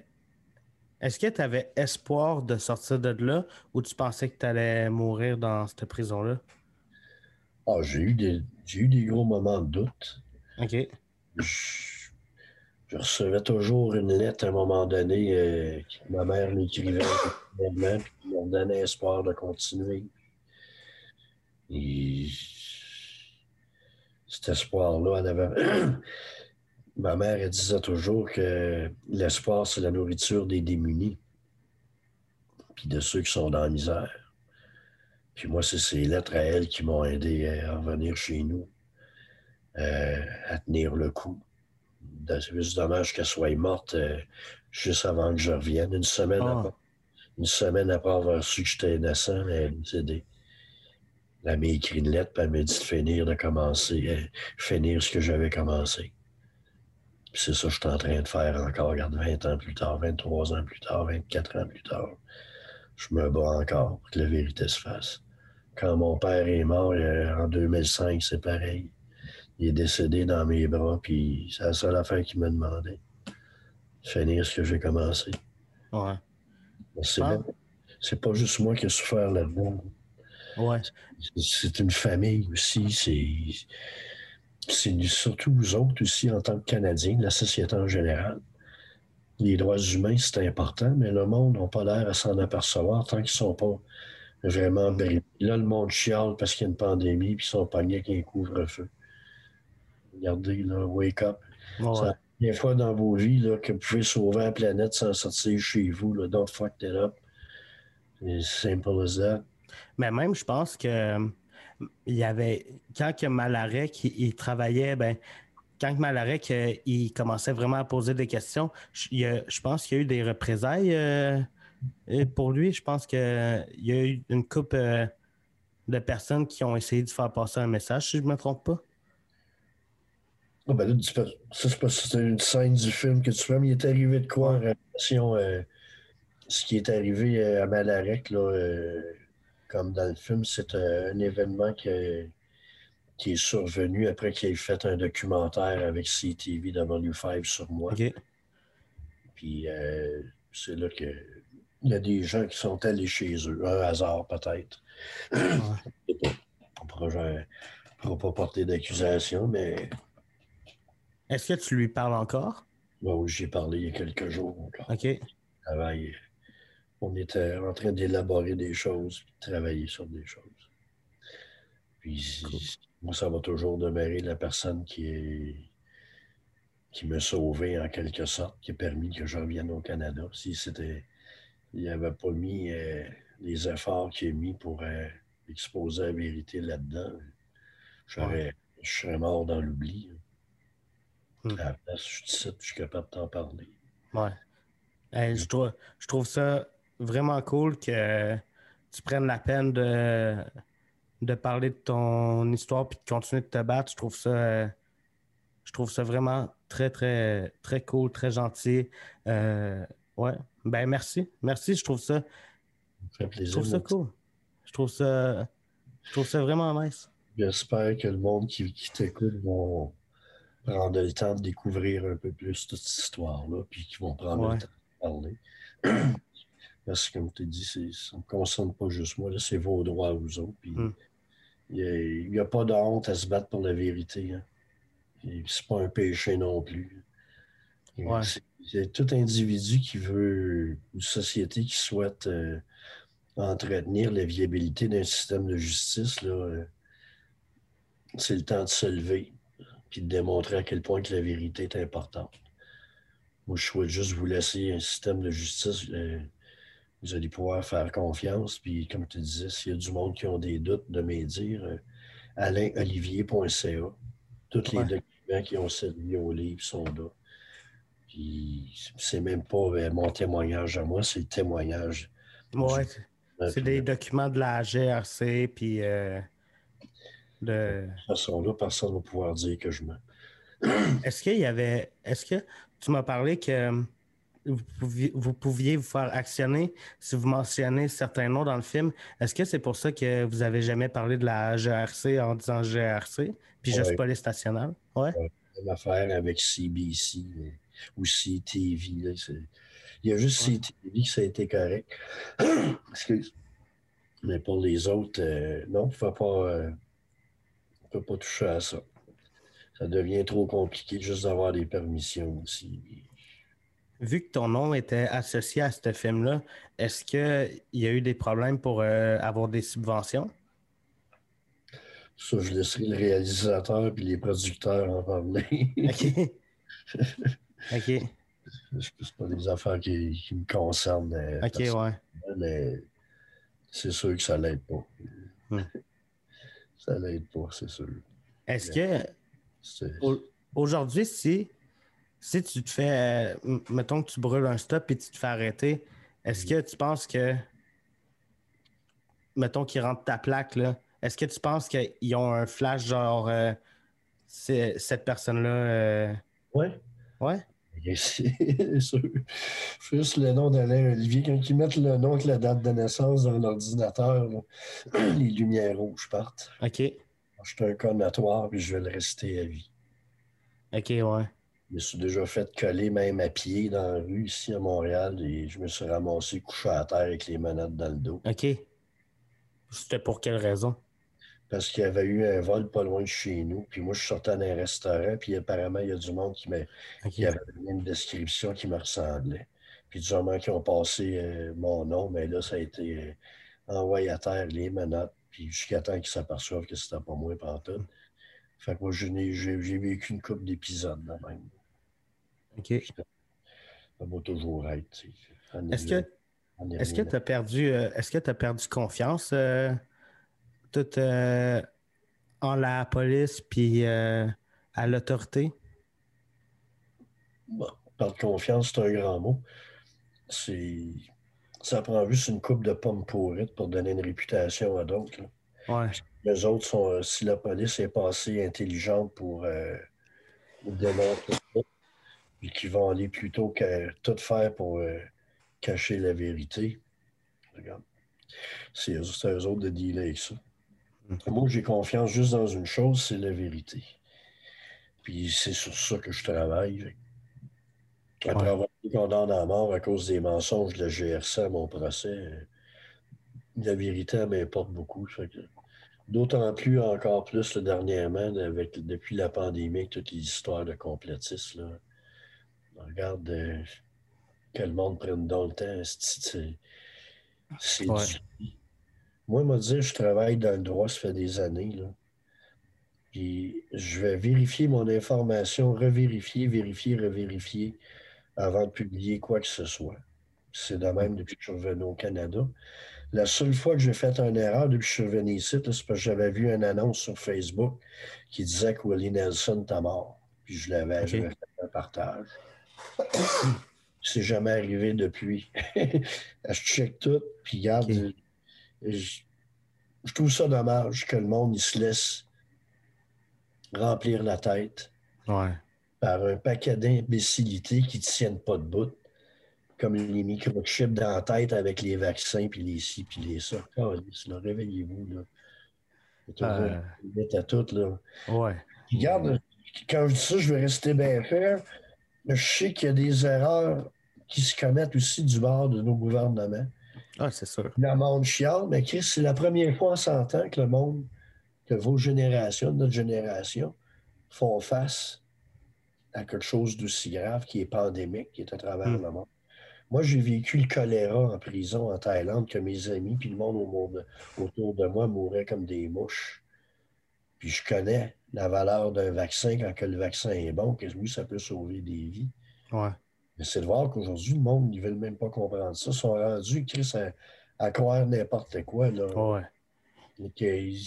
espoir de sortir de là ou tu pensais que tu allais mourir dans cette prison-là? Ah, j'ai eu des gros moments de doute. OK. Je, je recevais toujours une lettre à un moment donné que ma mère m'écrivait régulièrement, puis qui me donnait espoir de continuer. Et cet espoir-là, elle avait... Ma mère, elle disait toujours que l'espoir, c'est la nourriture des démunis, puis de ceux qui sont dans la misère. Puis moi, c'est ces lettres à elle qui m'ont aidé à revenir chez nous, à tenir le coup. C'est juste dommage qu'elle soit morte juste avant que je revienne. Ah, Une semaine après avoir su que j'étais innocent, elle est décédée. Elle m'a écrit une lettre, puis elle m'a dit de finir ce que j'avais commencé. Puis c'est ça que je suis en train de faire encore, regarde, 20 ans plus tard, 23 ans plus tard, 24 ans plus tard. Je me bats encore pour que la vérité se fasse. Quand mon père est mort en 2005, c'est pareil. Il est décédé dans mes bras, puis c'est la seule affaire qu'il m'a demandé. Finir ce que j'ai commencé. ouais. C'est même, c'est pas juste moi qui ai souffert là-dedans. Ouais. C'est une famille aussi. C'est surtout vous autres aussi, en tant que Canadiens, la société en général. Les droits humains, c'est important, mais le monde n'a pas l'air à s'en apercevoir tant qu'ils ne sont pas vraiment brisés. Là, le monde chiale parce qu'il y a une pandémie, puis ils sont pognés avec un couvre-feu. Regardez, là, wake up. Ouais. Ça, des fois dans vos vies là, que vous pouvez sauver la planète sans sortir chez vous. Là, don't fuck it up. C'est simple as that. Mais même, je pense que il y avait, quand que Malarek, il travaillait, ben, quand que Malarek, il commençait vraiment à poser des questions, je pense qu'il y a eu des représailles pour lui. Je pense qu'il y a eu une couple de personnes qui ont essayé de faire passer un message, si je ne me trompe pas. Ah, ben là, ça, c'est pas c'était une scène du film que tu fais, mais il est arrivé de quoi en Ouais. relation ce qui est arrivé à Malarek, là, comme dans le film, c'est un événement qui est survenu après qu'il ait fait un documentaire avec CTV W5 sur moi. OK. Puis c'est là que il y a des gens qui sont allés chez eux, un hasard peut-être. Ouais. On ne pourra pas porter d'accusation, mais Est-ce que tu lui parles encore? bon, j'y ai parlé il y a quelques jours encore. OK. Travail. On était en train d'élaborer des choses, puis de travailler sur des choses. Puis Cool. moi, ça va toujours demeurer la personne qui m'a sauvé en quelque sorte, qui a permis que je revienne au Canada. Si il n'avait pas mis les efforts qu'il a mis pour exposer la vérité là-dedans, Ouais. je serais mort dans l'oubli. Hmm. À la place, je suis ici, je suis capable de t'en parler. Ouais. Hey, je trouve ça vraiment cool que tu prennes la peine de parler de ton histoire puis de continuer de te battre. Je trouve ça vraiment très, très, très cool, très gentil. Euh, ouais. Ben, merci. Merci. Ça fait Je plaisir, trouve ça mon petit. cool. Je trouve ça vraiment nice. J'espère que le monde qui t'écoute vont prendre le temps de découvrir un peu plus toute cette histoire-là, puis qu'ils vont prendre le Ouais. temps de parler. Parce que, comme tu dis, ça ne me concerne pas juste moi, là, c'est vos droits aux autres. Puis Hmm. il n'y a, pas de honte à se battre pour la vérité. Hein. C'est pas un péché non plus. Ouais. C'est tout individu qui veut une société qui souhaite entretenir la viabilité d'un système de justice. Là, c'est le temps de se lever puis de démontrer à quel point que la vérité est importante. Moi, je souhaite juste vous laisser un système de justice. Vous allez pouvoir faire confiance. Puis, comme tu disais, s'il y a du monde qui ont des doutes de mes dires, alainolivier.ca. Tous les Ouais. documents qui ont servi au livre sont là. Puis, c'est même pas mon témoignage à moi, c'est le témoignage du Ouais. C'est puis des documents de la GRC, puis De... De toute façon-là, personne ne va pouvoir dire que je mens. Est-ce qu'il y avait. Est-ce que tu m'as parlé que vous pouviez vous faire actionner si vous mentionnez certains noms dans le film? Est-ce que c'est pour ça que vous avez jamais parlé de la GRC en disant GRC, puis juste Ouais, police nationale? Ouais. ouais. Même affaire avec CBC ou CTV. Là, il y a juste Ouais. CTV que ça a été correct. Excuse. Mais pour les autres, non, on peut pas toucher à ça. Ça devient trop compliqué juste d'avoir des permissions aussi. Vu que ton nom était associé à ce film-là, est-ce qu'il y a eu des problèmes pour avoir des subventions? Ça, je laisserai le réalisateur et les producteurs en parler. OK. OK. C'est pas des affaires qui me concernent OK, ouais. personnellement, mais c'est sûr que ça l'aide pas. Hmm. Ça l'aide pas, c'est sûr. Est-ce Mais que aujourd'hui, si tu te fais, mettons que tu brûles un stop et tu te fais arrêter, est-ce que tu penses que, mettons qu'ils rentrent ta plaque, là, est-ce que tu penses qu'ils ont un flash genre, cette personne-là, ouais, ouais? c'est sûr. Juste le nom d'Alain Olivier, quand ils mettent le nom avec la date de naissance dans l'ordinateur, là, les lumières rouges partent. OK. Je suis un cas notoire, puis je vais le rester à vie. OK, ouais. Je me suis déjà fait coller même à pied dans la rue ici à Montréal et je me suis ramassé couché à terre avec les menottes dans le dos. OK. C'était pour quelle raison? Parce qu'il y avait eu un vol pas loin de chez nous. Puis moi, je sortais d'un restaurant, puis apparemment, il y a du monde qui OK. avait donné une description qui me ressemblait. Puis du moment qu'ils ont passé mon nom, mais là, ça a été envoyé à terre les menottes, puis jusqu'à temps qu'ils s'aperçoivent que c'était pas moi pantoute. Fait que moi, j'ai vécu une couple d'épisodes là même. OK. Ça va toujours être, tu sais. En Est-ce rien, que en est-ce que rien. tu as perdu confiance toute en la police puis à l'autorité? Bon, perdre confiance, c'est un grand mot. C'est, ça prend juste une coupe de pommes pourrites pour donner une réputation à d'autres, là. Ouais. Les autres sont, si la police est pas assez intelligente pour dénoncer ça, puis qu'ils vont aller plutôt qu'à tout faire pour cacher la vérité, regarde, c'est à eux autres de dealer avec ça. Hmm. Moi, j'ai confiance juste dans une chose, c'est la vérité. Puis c'est sur ça que je travaille. Après Ouais. avoir été condamné à mort à cause des mensonges de la GRC à mon procès, la vérité, elle m'importe beaucoup. Fait que d'autant plus, encore plus, là, dernièrement, depuis la pandémie, avec toutes les histoires de complotistes, là. Regarde que le monde prenne dans le temps. C'est Ouais. du... Moi, moi, dire, je travaille dans le droit, ça fait des années, là. Puis je vais vérifier mon information, revérifier, vérifier, revérifier avant de publier quoi que ce soit. C'est de Hmm. même depuis que je suis revenu au Canada. La seule fois que j'ai fait une erreur depuis que je suis revenu ici, là, c'est parce que j'avais vu une annonce sur Facebook qui disait que Willie Nelson était mort. Puis j'avais OK. fait un partage. C'est jamais arrivé depuis. Je check tout, puis OK. regarde, je, je trouve ça dommage que le monde il se laisse remplir la tête Ouais. par un paquet d'imbécilités qui ne tiennent pas de bout, comme les microchips dans la tête avec les vaccins, puis les ci, puis les ça. Calisse, là, réveillez-vous, là. Il y a toujours Euh, une limite à tout, là. ouais. Puis regarde, quand je dis ça, je vais rester bien faire. Je sais qu'il y a des erreurs qui se commettent aussi du bord de nos gouvernements. Ah, c'est sûr. Le monde chiale, mais Chris, c'est la première fois en 100 ans que le monde, que vos générations, notre génération, font face à quelque chose d'aussi grave qui est pandémique, qui est à travers Hmm. le monde. Moi, j'ai vécu le choléra en prison en Thaïlande, que mes amis, puis le monde autour de moi mourait comme des mouches. Puis je connais la valeur d'un vaccin quand que le vaccin est bon, que oui, ça peut sauver des vies. Ouais. Mais c'est de voir qu'aujourd'hui, le monde, ils ne veulent même pas comprendre ça. Ils sont rendus, Chris, à croire n'importe quoi, là. Ouais. Donc,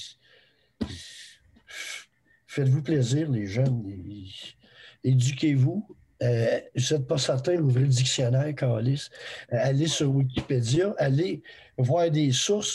faites-vous plaisir, les jeunes. Éduquez-vous. Je n'êtes pas certain d'ouvrir le dictionnaire, Calis. Allez sur Wikipédia, allez voir des sources.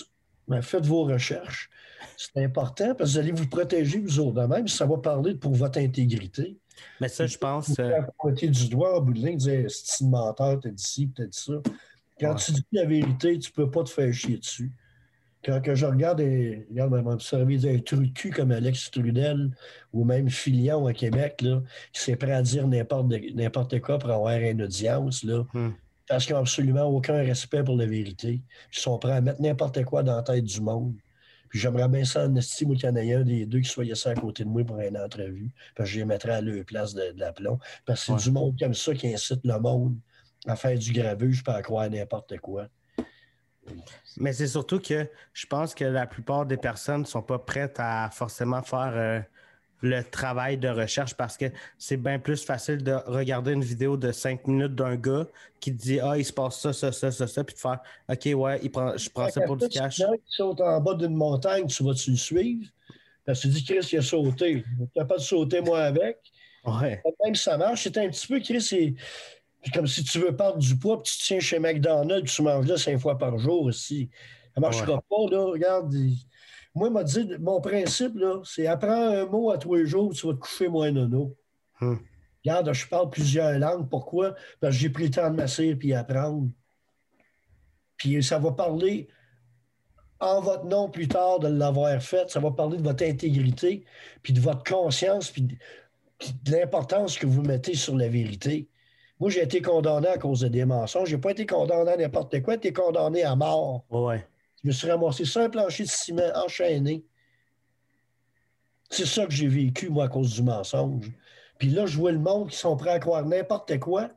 Ben, faites vos recherches. C'est important parce que vous allez vous protéger vous autres de même. Ça va parler pour votre intégrité. Mais ça, je pense. Vous faire pointer du doigt en bout de ligne, dire c'est une menteur, t'as dit ci, t'as dit ça. Quand tu dis la vérité, tu peux pas te faire chier dessus. Quand que je regarde, regarde, observer un trou de cul comme Alex Trudel ou même Filion à Québec, là, qui s'est prêt à dire n'importe quoi pour avoir une audience, là, parce qu'ils n'ont absolument aucun respect pour la vérité. Ils sont prêts à mettre n'importe quoi dans la tête du monde. Puis j'aimerais bien ça en estime qu'il y en ait un des deux qui soit ça à côté de moi pour une entrevue. Parce que je les mettrais à leur place de l'aplomb. Parce que c'est du monde comme ça qui incite le monde à faire du gravuge et à croire n'importe quoi. Mais c'est surtout que je pense que la plupart des personnes ne sont pas prêtes à forcément faire le travail de recherche parce que c'est bien plus facile de regarder une vidéo de 5 minutes d'un gars qui te dit « Ah, il se passe ça, puis de faire « Ok, ouais, je prends ça pour du cash. » Si quelqu'un qui saute en bas d'une montagne, tu vas-tu le suivre? Parce que tu dis, Chris, il a sauté. Tu n'as pas de sauter, moi, avec. Ouais. Même si ça marche, c'est un petit peu, Chris, c'est comme si tu veux perdre du poids, puis tu te tiens chez McDonald's, puis tu manges là 5 fois par jour aussi. Ça ne marchera pas, là. Regarde, moi, m'a dit, mon principe, là, c'est apprends un mot à tous les jours, tu vas te coucher moins nono. Regarde, je parle plusieurs langues. Pourquoi? Parce que j'ai pris le temps de m'asseoir puis apprendre. Puis ça va parler en votre nom plus tard de l'avoir fait. Ça va parler de votre intégrité, puis de votre conscience, puis de l'importance que vous mettez sur la vérité. Moi, j'ai été condamné à cause de des mensonges. Je n'ai pas été condamné à n'importe quoi. J'ai été condamné à mort. Ouais. Je me suis ramassé sur un plancher de ciment enchaîné. C'est ça que j'ai vécu, moi, à cause du mensonge. Puis là, je vois le monde qui sont prêts à croire n'importe quoi.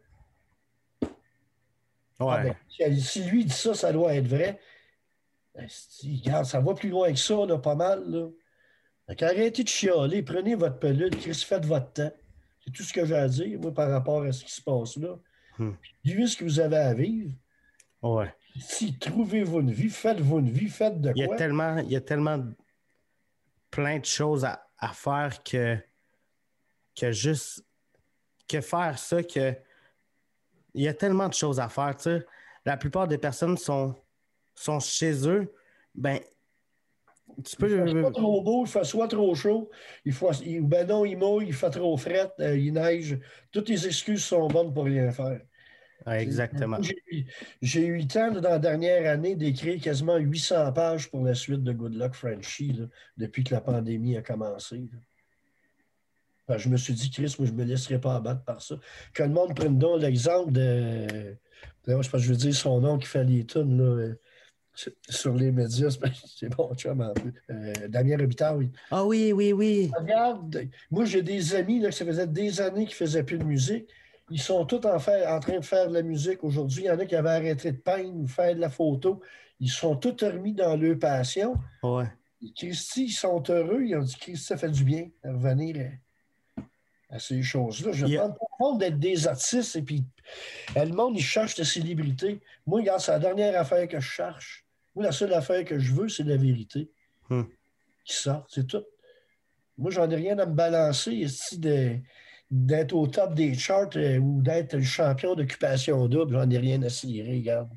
Ouais. Ah ben, si lui dit ça, ça doit être vrai. Regarde, ça va plus loin que ça, là, pas mal. Là. Donc, arrêtez de chialer, prenez votre pelule, Chris, faites votre temps. C'est tout ce que j'ai à dire, moi, par rapport à ce qui se passe là. Vivez ce que vous avez à vivre. Ouais. Si trouvez-vous une vie, faites-vous une vie, faites de quoi. Il y a tellement plein de choses à faire que juste que faire ça, que il y a tellement de choses à faire. Tu sais. La plupart des personnes sont chez eux. Ben, tu peux. Il fait soit trop beau, il fait soit trop chaud, ben non, il mouille, il fait trop fret, il neige. Toutes les excuses sont bonnes pour rien faire. Ouais, exactement. J'ai eu le temps, dans la dernière année, d'écrire quasiment 800 pages pour la suite de Good Luck Frenchie, là, depuis que la pandémie a commencé. Ben, je me suis dit, Chris, moi, je ne me laisserai pas abattre par ça. Que le monde prenne donc l'exemple de. Je sais pas, je veux dire son nom qui fait les tunes, là. Sur les médias, c'est bon, chum, un peu. Damien Robitaille, oui. Ah oui. Regarde, moi, j'ai des amis, là, que ça faisait des années qu'ils ne faisaient plus de musique. Ils sont tous en train de faire de la musique aujourd'hui. Il y en a qui avaient arrêté de peindre ou faire de la photo. Ils sont tous remis dans leur passion. Ouais. Et Christy, ils sont heureux. Ils ont dit, Christy, ça fait du bien de revenir à ces choses-là. Je demande pas au monde d'être des artistes et puis le monde, il cherche de célébrité. Moi, regarde, c'est la dernière affaire que je cherche. Moi, la seule affaire que je veux, c'est la vérité qui sort. C'est tout. Moi, j'en ai rien à me balancer ici d'être au top des charts ou d'être le champion d'occupation double. J'en ai rien à cirer, regarde.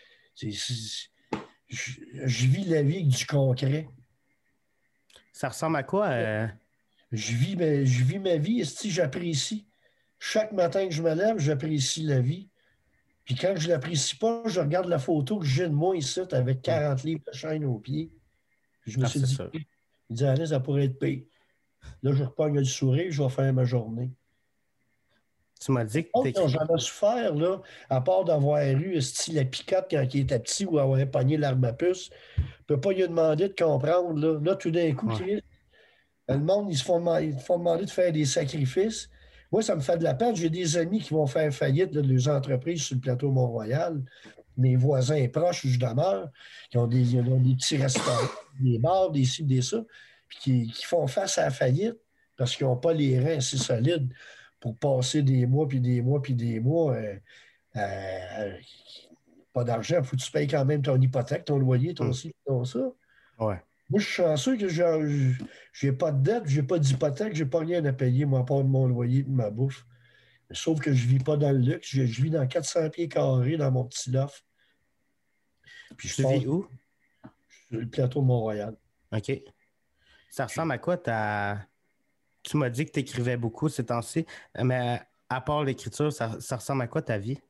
Je vis la vie avec du concret. Ça ressemble à quoi? Je vis ma vie, j'apprécie. Chaque matin que je me lève, j'apprécie la vie. Puis quand je ne l'apprécie pas, je regarde la photo que j'ai de moi ici avec 40 livres de chaîne aux pieds. Puis je me suis dit, il dit, allez, ça pourrait être pire. Là, je repogne le sourire, je vais faire ma journée. Tu m'as dit que j'en ai souffert, là, à part d'avoir eu la picote quand il était petit ou avoir pogné l'arme à puce. Je ne peux pas lui demander de comprendre. Là tout d'un coup, le monde, ils se font demander de faire des sacrifices. Moi, ça me fait de la peine. J'ai des amis qui vont faire faillite de leurs entreprises sur le plateau Mont-Royal. Mes voisins proches où je demeure, qui ont des petits restaurants, des bars, des ci, des ça, puis qui font face à la faillite parce qu'ils n'ont pas les reins assez solides pour passer des mois, puis des mois, puis des mois. Pas d'argent, il faut que tu payes quand même ton hypothèque, ton loyer, ton ci, ton ça. Ouais. Moi, je suis chanceux que je n'ai pas de dette, je n'ai pas d'hypothèque, je n'ai pas rien à payer, moi, à part de mon loyer et de ma bouffe. Sauf que je ne vis pas dans le luxe, je vis dans 400 pieds carrés dans mon petit loft. Puis tu vis où? Le plateau de Mont-Royal. OK. Ça ressemble à quoi Tu m'as dit que tu écrivais beaucoup ces temps-ci, mais à part l'écriture, ça ressemble à quoi ta vie?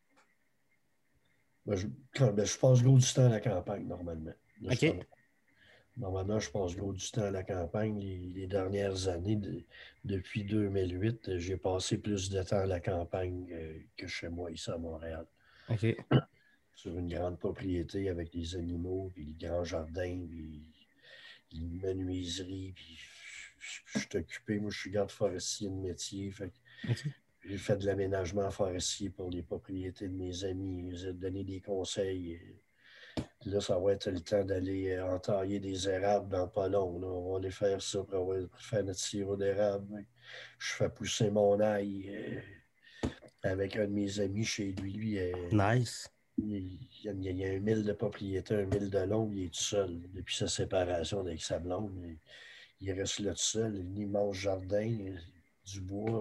Ben, je passe gros du temps à la campagne, normalement. Là, OK. normalement, je passe gros du temps à la campagne. Les dernières années, depuis 2008, j'ai passé plus de temps à la campagne que chez moi, ici à Montréal. OK. Sur une grande propriété avec des animaux, puis les grands jardins, puis les menuiseries, puis je suis occupé. Moi, je suis garde forestier de métier. Fait que OK. j'ai fait de l'aménagement forestier pour les propriétés de mes amis. J'ai donné des conseils. Là, ça va être le temps d'aller entailler des érables dans pas long. Là. On va aller faire ça pour faire notre sirop d'érable. Je fais pousser mon ail avec un de mes amis chez lui. Lui, Nice. il y a 1 000 de propriété, 1 000 de long. Il est tout seul depuis sa séparation avec sa blonde. Il reste là tout seul. Un immense jardin, du bois.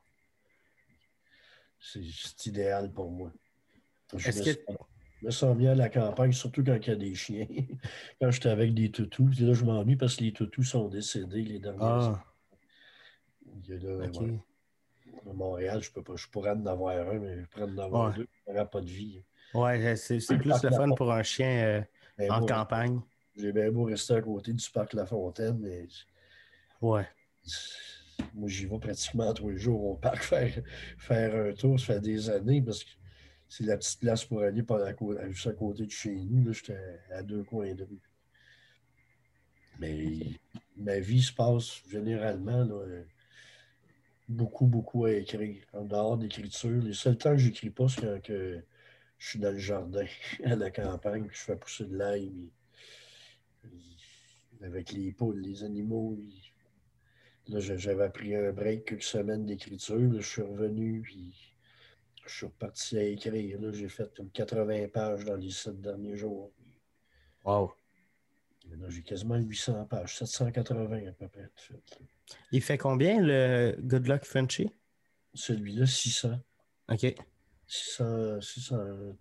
C'est idéal pour moi. Je Est-ce me que. sens, je me sens bien à la campagne, surtout quand il y a des chiens. Quand j'étais avec des toutous, là, je m'ennuie parce que les toutous sont décédés les dernières Ah, années. Là, ouais, OK. à Montréal, je peux pas. Je pourrais en avoir un, mais je pourrais en avoir Ouais. deux. Il n'y aura pas de vie. Ouais, c'est Le plus parc le La fun Fontaine, pour un chien bien en beau campagne. j'ai bien beau rester à côté du parc La Fontaine, mais Ouais. moi, j'y vais pratiquement tous les jours au parc faire un tour. Ça fait des années parce que c'est la petite place pour aller juste à côté de chez nous. Là, j'étais à 2 coins de rue. Mais ma vie se passe généralement là, beaucoup, beaucoup à écrire. En dehors d'écriture, les seuls temps que j'écris pas, c'est quand je suis dans le jardin, à la campagne, puis je fais pousser de l'ail, avec les poules, les animaux. Là, j'avais pris un break quelques semaines d'écriture. Là, je suis revenu, puis je suis reparti à écrire. Là, j'ai fait comme 80 pages dans les 7 derniers jours. Wow. Là, j'ai quasiment 800 pages, 780 à peu près. Fait, là. Il fait combien le Good Luck Frenchy? Celui-là, 600. OK. 600, 600,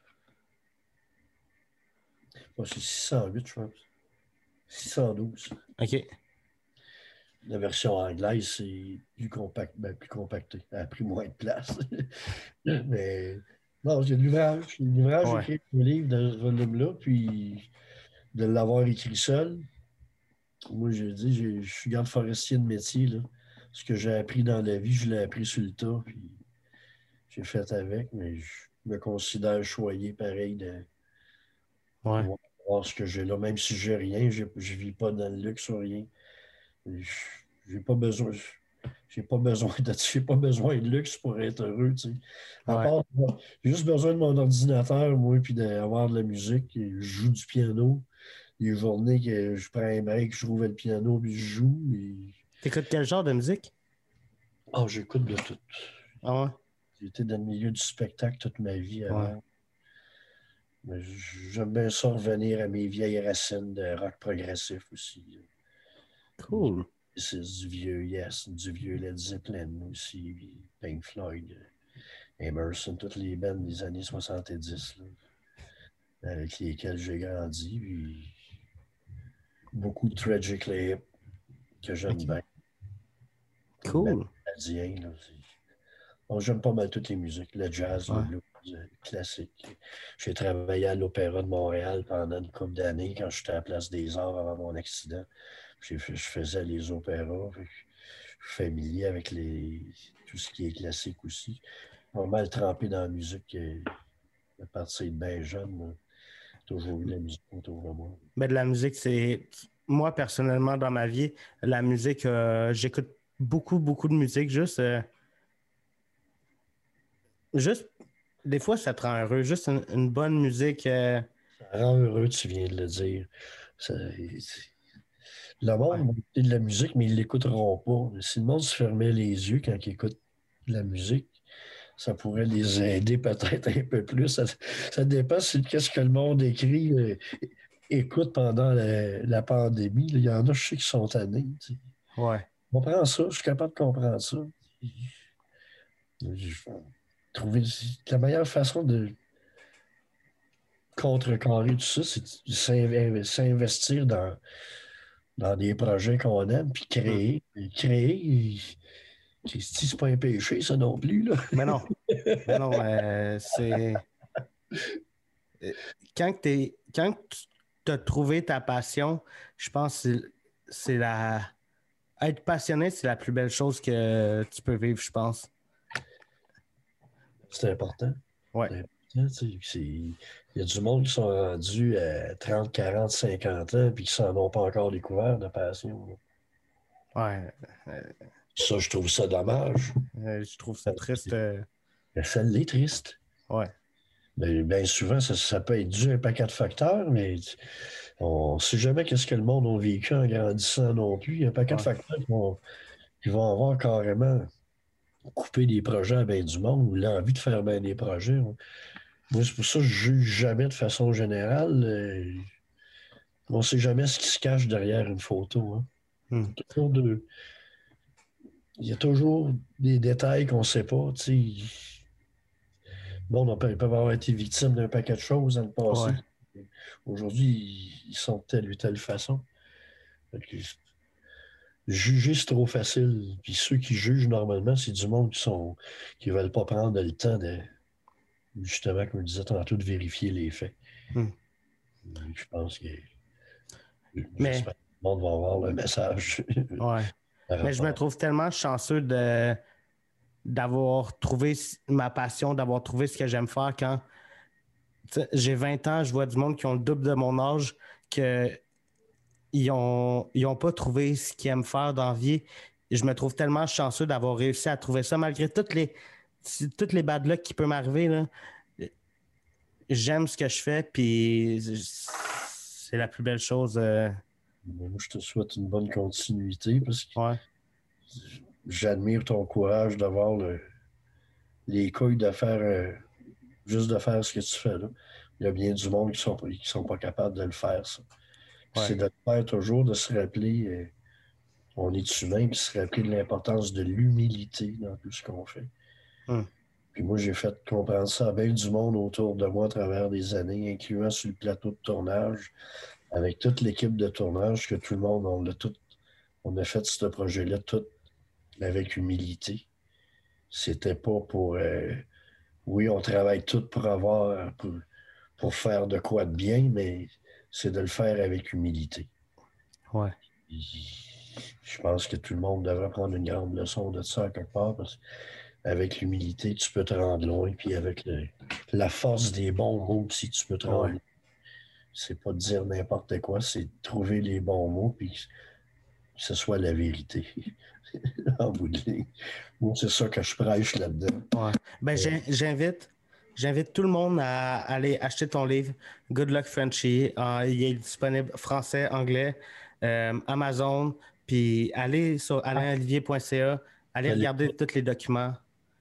c'est 608, je pense. 612. OK. La version anglaise, c'est plus compact, plus compacté. Elle a pris moins de place. Mais non, j'ai de l'ouvrage. L'ouvrage, j'ai Ouais. écrit un livre dans ce volume-là, puis de l'avoir écrit seul. Moi, j'ai dit, je suis garde forestier de métier. Là. Ce que j'ai appris dans la vie, je l'ai appris sur le tas, puis j'ai fait avec, mais je me considère choyé pareil de Ouais. voir ce que j'ai là. Même si j'ai rien, je ne vis pas dans le luxe ou rien. J'ai pas besoin. J'ai pas besoin de luxe pour être heureux, tu sais. À Ouais. part, j'ai juste besoin de mon ordinateur, moi, puis d'avoir de la musique. Et je joue du piano. Les journées que je prends un break, je trouve le piano, puis je joue. T'écoutes quel genre de musique? Oh, j'écoute de tout. Ah ouais? J'ai été dans le milieu du spectacle toute ma vie Ouais. avant. Mais j'aime bien ça revenir à mes vieilles racines de rock progressif aussi. Cool. C'est du vieux Yes, du vieux Led Zeppelin aussi, puis Pink Floyd, Emerson, toutes les bandes des années 70 là, avec lesquelles j'ai grandi. Puis beaucoup de Tragically Hip que j'aime OK. bien. Comme Cool. canadien. Là, bon, j'aime pas mal toutes les musiques, le jazz, le Ouais. blues, le classique. J'ai travaillé à l'Opéra de Montréal pendant une couple d'années quand j'étais à la Place des Arts avant mon accident. Je faisais les opéras. Je suis familier avec tout ce qui est classique aussi. Pas mal trempé dans la musique à partir de bien jeune. Moi. Toujours eu de la musique autour de moi. Mais de la musique, c'est. Moi, personnellement, dans ma vie, la musique, j'écoute beaucoup, beaucoup de musique. Juste, des fois, ça te rend heureux. Juste une bonne musique. Ça rend heureux, tu viens de le dire. Le monde Ouais. va écouter de la musique, mais ils ne l'écouteront pas. Si le monde se fermait les yeux quand il écoute de la musique, ça pourrait les aider peut-être un peu plus. Ça dépend de qu'est-ce que le monde écrit, écoute pendant la pandémie. Là. Il y en a, je sais, qui sont tannés. Tu sais. Ouais. Je comprends ça, je suis capable de comprendre ça. Trouver la meilleure façon contrecarrer tout ça, c'est s'investir dans des projets qu'on aime, puis créer. Créer, c'est pas un péché, ça non plus, là. Mais non. Mais non, c'est... Quand tu as trouvé ta passion, je pense que c'est la... Être passionné, c'est la plus belle chose que tu peux vivre, je pense. C'est important. Ouais. C'est important, il y a du monde qui sont rendus à 30, 40, 50 ans puis qui s'en ont pas encore découvert de passion. Ouais. Ça, je trouve ça dommage. Je trouve ça triste. Ça l'est triste. Ouais. Bien souvent, ça peut être dû à un paquet de facteurs, mais on ne sait jamais qu'est-ce que le monde a vécu en grandissant non plus. Il y a un paquet de facteurs qui vont avoir carrément coupé des projets à bien du monde ou l'envie de faire bien des projets. Moi, c'est pour ça que je ne juge jamais de façon générale. On ne sait jamais ce qui se cache derrière une photo. Hein. Il y a toujours des détails qu'on ne sait pas. Bon, ils peuvent avoir été victimes d'un paquet de choses dans le passé. Ouais. Aujourd'hui, ils sont de telle ou telle façon. Juger, c'est trop facile. Puis ceux qui jugent normalement, c'est du monde qui ne veulent pas prendre le temps de, justement, comme je disais tantôt, de vérifier les faits. Je pense que j'espère que le monde va avoir le message. Ouais. Mais je me trouve tellement chanceux d'avoir trouvé ma passion, d'avoir trouvé ce que j'aime faire quand j'ai 20 ans, je vois du monde qui ont le double de mon âge, qu'ils n'ont pas trouvé ce qu'ils aiment faire dans la vie. Et je me trouve tellement chanceux d'avoir réussi à trouver ça, malgré toutes les bad luck qui peuvent m'arriver. Là. J'aime ce que je fais, puis c'est la plus belle chose. Moi, je te souhaite une bonne continuité parce que j'admire ton courage d'avoir les couilles de faire juste de faire ce que tu fais là. Il y a bien du monde qui sont pas capables de le faire, ça. C'est de le faire toujours, de se rappeler on est humain, puis se rappeler de l'importance de l'humilité dans tout ce qu'on fait. Puis moi, j'ai fait comprendre ça à bien du monde autour de moi à travers des années, incluant sur le plateau de tournage, avec toute l'équipe de tournage, que tout le monde, on a fait ce projet-là tout avec humilité. C'était pas pour... oui, on travaille tout pour faire de quoi de bien, mais c'est de le faire avec humilité. Ouais. Je pense que tout le monde devrait prendre une grande leçon de ça quelque part, parce qu'avec l'humilité, tu peux te rendre loin, puis avec la force des bons mots, si tu peux te rendre loin. C'est pas de dire n'importe quoi, c'est de trouver les bons mots, puis que ce soit la vérité. En bout de ligne. Moi, c'est ça que je prêche là-dedans. Ouais. Ben, j'invite tout le monde à aller acheter ton livre, Good Luck Frenchie. Il est disponible français, anglais, Amazon. Puis allez sur alainolivier.ca, allez regarder tous les documents.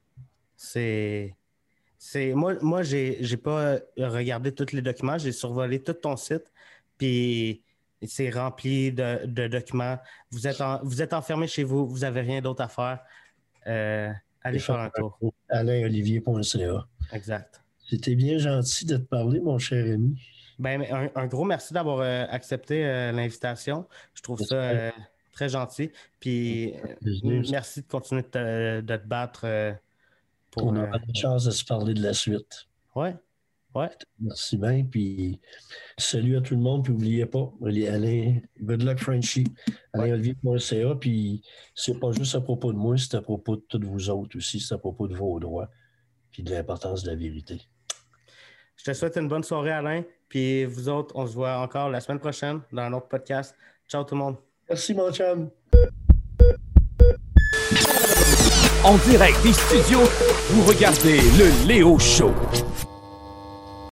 Moi, j'ai pas regardé tous les documents, j'ai survolé tout ton site. Puis c'est rempli de documents. Vous êtes enfermé chez vous, vous n'avez rien d'autre à faire. Allez faire un tour. alainolivier.ca. Exact. C'était bien gentil de te parler, mon cher ami. Ben, un gros merci d'avoir accepté l'invitation. Je trouve ça très gentil. Puis merci de continuer de te battre pour... On aura la chance de se parler de la suite. Ouais. Merci bien. Puis salut à tout le monde. Puis n'oubliez pas, allez, Good Luck Frenchie, alainolivier.ca. Puis c'est pas juste à propos de moi, c'est à propos de tous vous autres aussi. C'est à propos de vos droits. Puis de l'importance de la vérité. Je te souhaite une bonne soirée, Alain. Puis vous autres, on se voit encore la semaine prochaine dans un autre podcast. Ciao tout le monde. Merci, mon chum. En direct des studios, vous regardez le Léo Show.